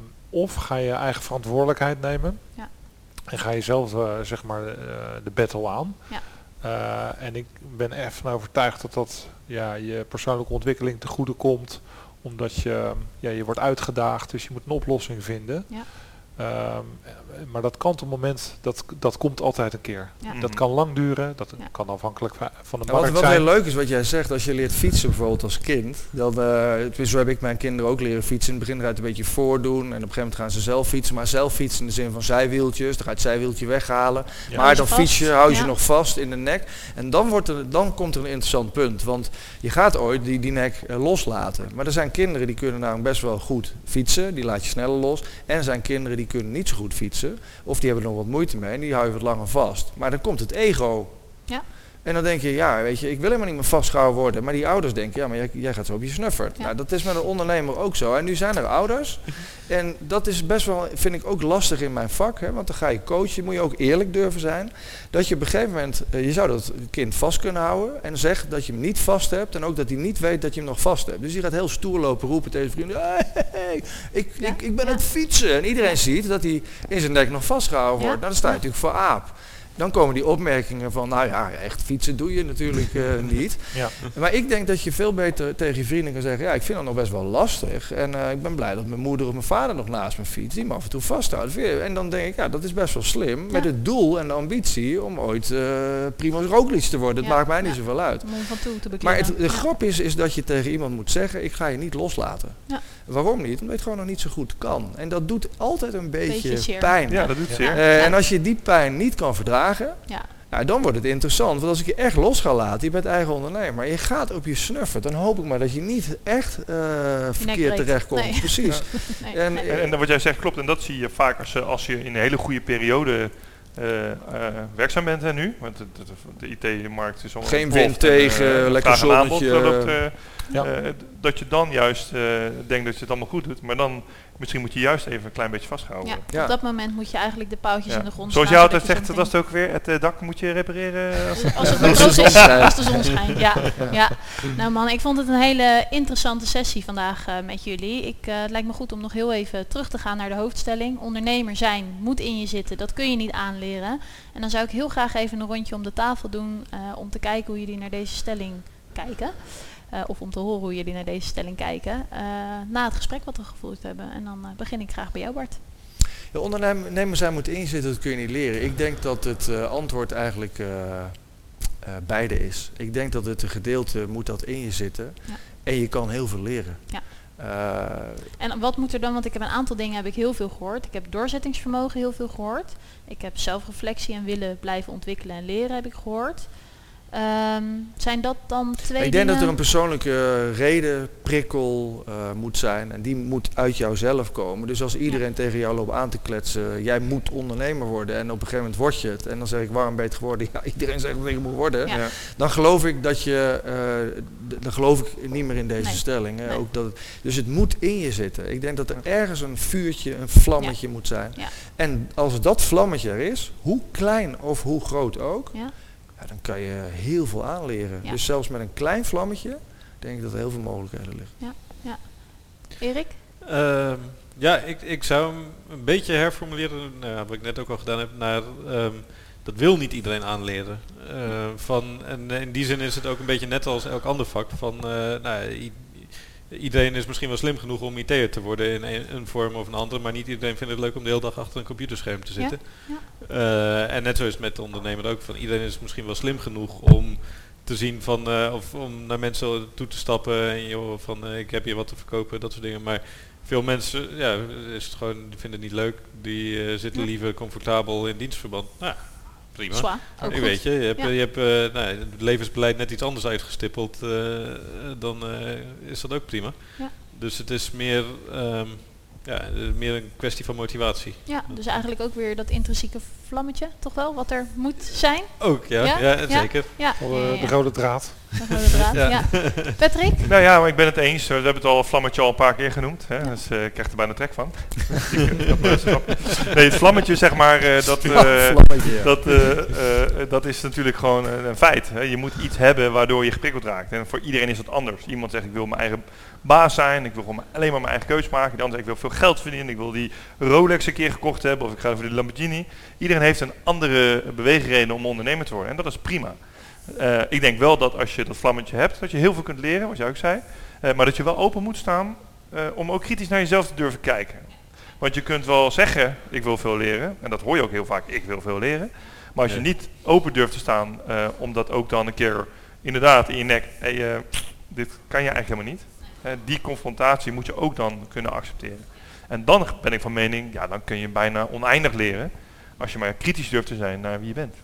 of ga je eigen verantwoordelijkheid nemen. Ja. En ga je zelf uh, zeg maar uh, de battle aan. Ja. Uh, en ik ben er van overtuigd dat dat ja, je persoonlijke ontwikkeling te goede komt. Omdat je, ja, je wordt uitgedaagd, dus je moet een oplossing vinden. Ja. Um, maar dat kantelmoment, dat, dat komt altijd een keer. Ja. Dat kan lang duren, dat Ja. kan afhankelijk va- van de Ja, wat markt wat zijn. heel leuk is wat jij zegt, als je leert fietsen bijvoorbeeld als kind, dan, uh, zo heb ik mijn kinderen ook leren fietsen. In het begin ga je het een beetje voordoen en op een gegeven moment gaan ze zelf fietsen, maar zelf fietsen in de zin van zijwieltjes, dan ga je het zijwieltje weghalen, Ja. maar dan Hou je fiets je, vast. hou je ze Ja. nog vast in de nek en dan, wordt er, dan komt er een interessant punt, want je gaat ooit die, die nek uh, loslaten, maar er zijn kinderen die kunnen nou best wel goed fietsen, die laat je sneller los, en er zijn kinderen die kunnen niet zo goed fietsen, of die hebben er nog wat moeite mee en die hou je wat langer vast, maar dan komt het ego. Ja. En dan denk je, ja, weet je, ik wil helemaal niet meer vastgehouden worden. Maar die ouders denken, ja, maar jij, jij gaat zo op je snuffert. Ja. Nou, dat is met een ondernemer ook zo. En nu zijn er ouders. En dat is best wel, vind ik ook lastig in mijn vak. Hè, want dan ga je coachen, moet je ook eerlijk durven zijn. Dat je op een gegeven moment, uh, je zou dat kind vast kunnen houden. En zegt dat je hem niet vast hebt. En ook dat hij niet weet dat je hem nog vast hebt. Dus die gaat heel stoer lopen roepen tegen zijn vrienden. Hey, hey, hey, ik, Ja. ik, ik ben Ja. aan het fietsen. En iedereen Ja. ziet dat hij in zijn nek nog vastgehouden Ja. wordt. Nou, dan sta je Ja. natuurlijk voor aap. Dan komen die opmerkingen van, nou ja, echt fietsen doe je natuurlijk uh, niet. Ja. Maar ik denk dat je veel beter tegen je vrienden kan zeggen, ja, ik vind dat nog best wel lastig. En uh, ik ben blij dat mijn moeder of mijn vader nog naast me fietst, die me af en toe vasthoudt. En dan denk ik, ja, dat is best wel slim. Ja. Met het doel en de ambitie om ooit uh, Primož Roglič te worden. Het Ja. maakt mij niet Ja. zoveel uit. Om van toe te beklimmen. Maar het, de Ja. grap is, is dat je tegen iemand moet zeggen, ik ga je niet loslaten. Ja. Waarom niet? Omdat je het gewoon nog niet zo goed kan. En dat doet altijd een beetje, Beetje zeer. pijn. Ja, dat doet Ja. zeer. Uh, Ja. En als je die pijn niet kan verdragen, Ja. nou, dan wordt het interessant. Want als ik je echt los ga laten, je bent eigen ondernemer, je gaat op je snuffert, dan hoop ik maar dat je niet echt uh, verkeerd breekt. terechtkomt. Nee. Precies. Nee, En, nee. En, en wat jij zegt klopt, en dat zie je vaak als, je- als je in een hele goede periode uh, uh, werkzaam bent hè, nu. Want de, de, de I T-markt is allemaal Geen ontploft wind en, tegen, uh, lekker vraag en aanbod zonnetje. loopt, uh, Ja. Uh, dat je dan juist uh, denkt dat je het allemaal goed doet, maar dan misschien moet je juist even een klein beetje vasthouden. Ja, ja. Op dat moment moet je eigenlijk de pauwtjes ja. in de grond Zoals slaan. jij altijd zegt, dat was het ook weer, het uh, dak moet je repareren. Als, als het droog is, als de zon schijnt. Ja. Ja. Ja. Nou man, ik vond het een hele interessante sessie vandaag uh, met jullie. Ik, uh, het lijkt me goed om nog heel even terug te gaan naar de hoofdstelling. Ondernemer zijn moet in je zitten, dat kun je niet aanleren. En dan zou ik heel graag even een rondje om de tafel doen uh, om te kijken hoe jullie naar deze stelling kijken. Uh, of om te horen hoe jullie naar deze stelling kijken. Uh, na het gesprek wat we gevoerd hebben. En dan uh, begin ik graag bij jou, Bart. De ondernemer zijn moet inzitten, dat kun je niet leren. Ik denk dat het uh, antwoord eigenlijk uh, uh, beide is. Ik denk dat het een gedeelte moet dat in je zitten. Ja. En je kan heel veel leren. Ja. Uh, en wat moet er dan, want ik heb een aantal dingen heb ik heel veel gehoord. Ik heb doorzettingsvermogen heel veel gehoord. Ik heb zelfreflectie en willen blijven ontwikkelen en leren heb ik gehoord. Um, zijn dat dan twee Ik denk dingen? dat er een persoonlijke uh, reden, prikkel uh, moet zijn en die moet uit jouzelf komen. Dus als iedereen ja. tegen jou loopt aan te kletsen, jij moet ondernemer worden en op een gegeven moment word je het. En dan zeg ik, waarom ben je het geworden? Ja, iedereen zegt dat ik moet worden. Ja. Dan geloof ik dat je, uh, d- dan geloof ik niet meer in deze nee. stelling. Hè? Nee. Ook dat het, dus het moet in je zitten. Ik denk dat er ergens een vuurtje, een vlammetje ja. moet zijn. Ja. En als dat vlammetje er is, hoe klein of hoe groot ook, ja. Ja, dan kan je heel veel aanleren. Ja. Dus zelfs met een klein vlammetje denk ik dat er heel veel mogelijkheden liggen. Ja, ja. Erik? Uh, ja, ik, ik zou hem een beetje herformuleren, nou, wat ik net ook al gedaan heb, naar um, dat wil niet iedereen aanleren. Uh, van, en in die zin is het ook een beetje net als elk ander vak. Van, uh, nou, i- iedereen is misschien wel slim genoeg om I T'er te worden in een, een vorm of een andere, maar niet iedereen vindt het leuk om de hele dag achter een computerscherm te zitten. Ja, ja. Uh, en net zo is het met de ondernemer ook. Van iedereen is misschien wel slim genoeg om te zien van, uh, of om naar mensen toe te stappen en joh, van uh, ik heb hier wat te verkopen, dat soort dingen. Maar veel mensen, ja, is het gewoon, die vinden het niet leuk. Die uh, zitten ja. liever comfortabel in dienstverband. Nou, prima. Zwaar, ook ik weet je, je hebt, ja. je hebt uh, nou, het levensbeleid net iets anders uitgestippeld, uh, dan uh, is dat ook prima. Ja. Dus het is meer, um, ja, meer een kwestie van motivatie. Ja, dus eigenlijk ook weer dat intrinsieke vlammetje, toch wel, wat er moet zijn? Ook, ja, ja? ja? ja zeker. Ja. Ja. Ja, ja. De rode draad. De rode draad, ja. ja. Patrick? Nou ja, maar ik ben het eens. We hebben het al vlammetje al een paar keer genoemd. Hè? Ja. Dus uh, ik krijg er bijna trek van. Nee, het vlammetje zeg maar, uh, dat, uh, ja, ja. dat, uh, uh, dat is natuurlijk gewoon uh, een feit. Hè? Je moet iets hebben waardoor je geprikkeld raakt. En voor iedereen is dat anders. Iemand zegt ik wil mijn eigen baas zijn. Ik wil gewoon alleen maar mijn eigen keus maken. De ander zegt ik wil veel geld verdienen. Ik wil die Rolex een keer gekocht hebben. Of ik ga voor de Lamborghini. Iedereen heeft een andere beweegreden om ondernemer te worden. En dat is prima. Uh, ik denk wel dat als je dat vlammetje hebt, dat je heel veel kunt leren, wat jij ook zei. Uh, maar dat je wel open moet staan uh, om ook kritisch naar jezelf te durven kijken. Want je kunt wel zeggen, ik wil veel leren. En dat hoor je ook heel vaak, ik wil veel leren. Maar als je niet open durft te staan, uh, om dat ook dan een keer inderdaad in je nek, hey, uh, dit kan je eigenlijk helemaal niet. Uh, die confrontatie moet je ook dan kunnen accepteren. En dan ben ik van mening, ja, dan kun je bijna oneindig leren. Als je maar kritisch durft te zijn naar wie je bent.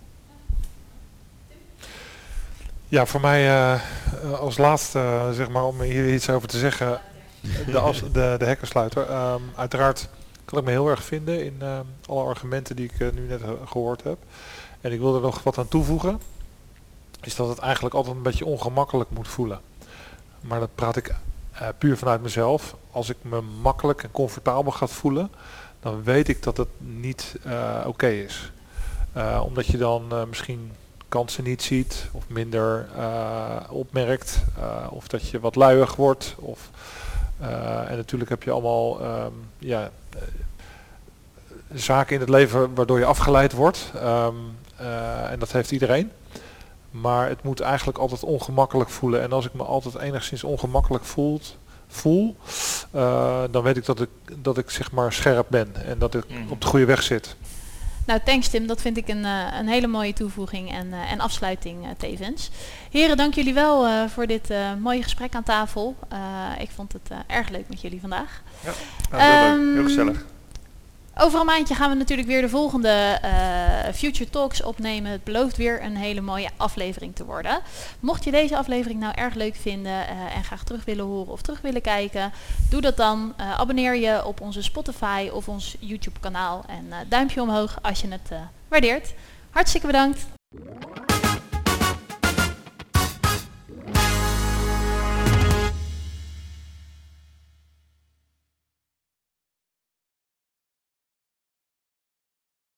Ja, voor mij uh, als laatste, uh, zeg maar, om hier iets over te zeggen, de, as, de, de hekkersluiter. Um, uiteraard kan ik me heel erg vinden in uh, alle argumenten die ik uh, nu net uh, gehoord heb. En ik wil er nog wat aan toevoegen, is dat het eigenlijk altijd een beetje ongemakkelijk moet voelen. Maar dat praat ik uh, puur vanuit mezelf. Als ik me makkelijk en comfortabel ga voelen, dan weet ik dat het niet uh, oké okay is. Uh, omdat je dan uh, misschien kansen niet ziet of minder uh, opmerkt uh, of dat je wat luiig wordt of uh, en natuurlijk heb je allemaal um, ja, uh, zaken in het leven waardoor je afgeleid wordt um, uh, en dat heeft iedereen, maar het moet eigenlijk altijd ongemakkelijk voelen en als ik me altijd enigszins ongemakkelijk voelt, voel uh, dan weet ik dat ik dat ik zeg maar scherp ben en dat ik mm. op de goede weg zit. Nou, thanks Tim. Dat vind ik een, uh, een hele mooie toevoeging en, uh, en afsluiting uh, tevens. Heren, dank jullie wel uh, voor dit uh, mooie gesprek aan tafel. Uh, ik vond het uh, erg leuk met jullie vandaag. Ja, nou, heel um, leuk. Heel gezellig. Over een maandje gaan we natuurlijk weer de volgende uh, Future Talks opnemen. Het belooft weer een hele mooie aflevering te worden. Mocht je deze aflevering nou erg leuk vinden uh, en graag terug willen horen of terug willen kijken, doe dat dan. Uh, abonneer je op onze Spotify of ons YouTube kanaal en uh, duimpje omhoog als je het uh, waardeert. Hartstikke bedankt.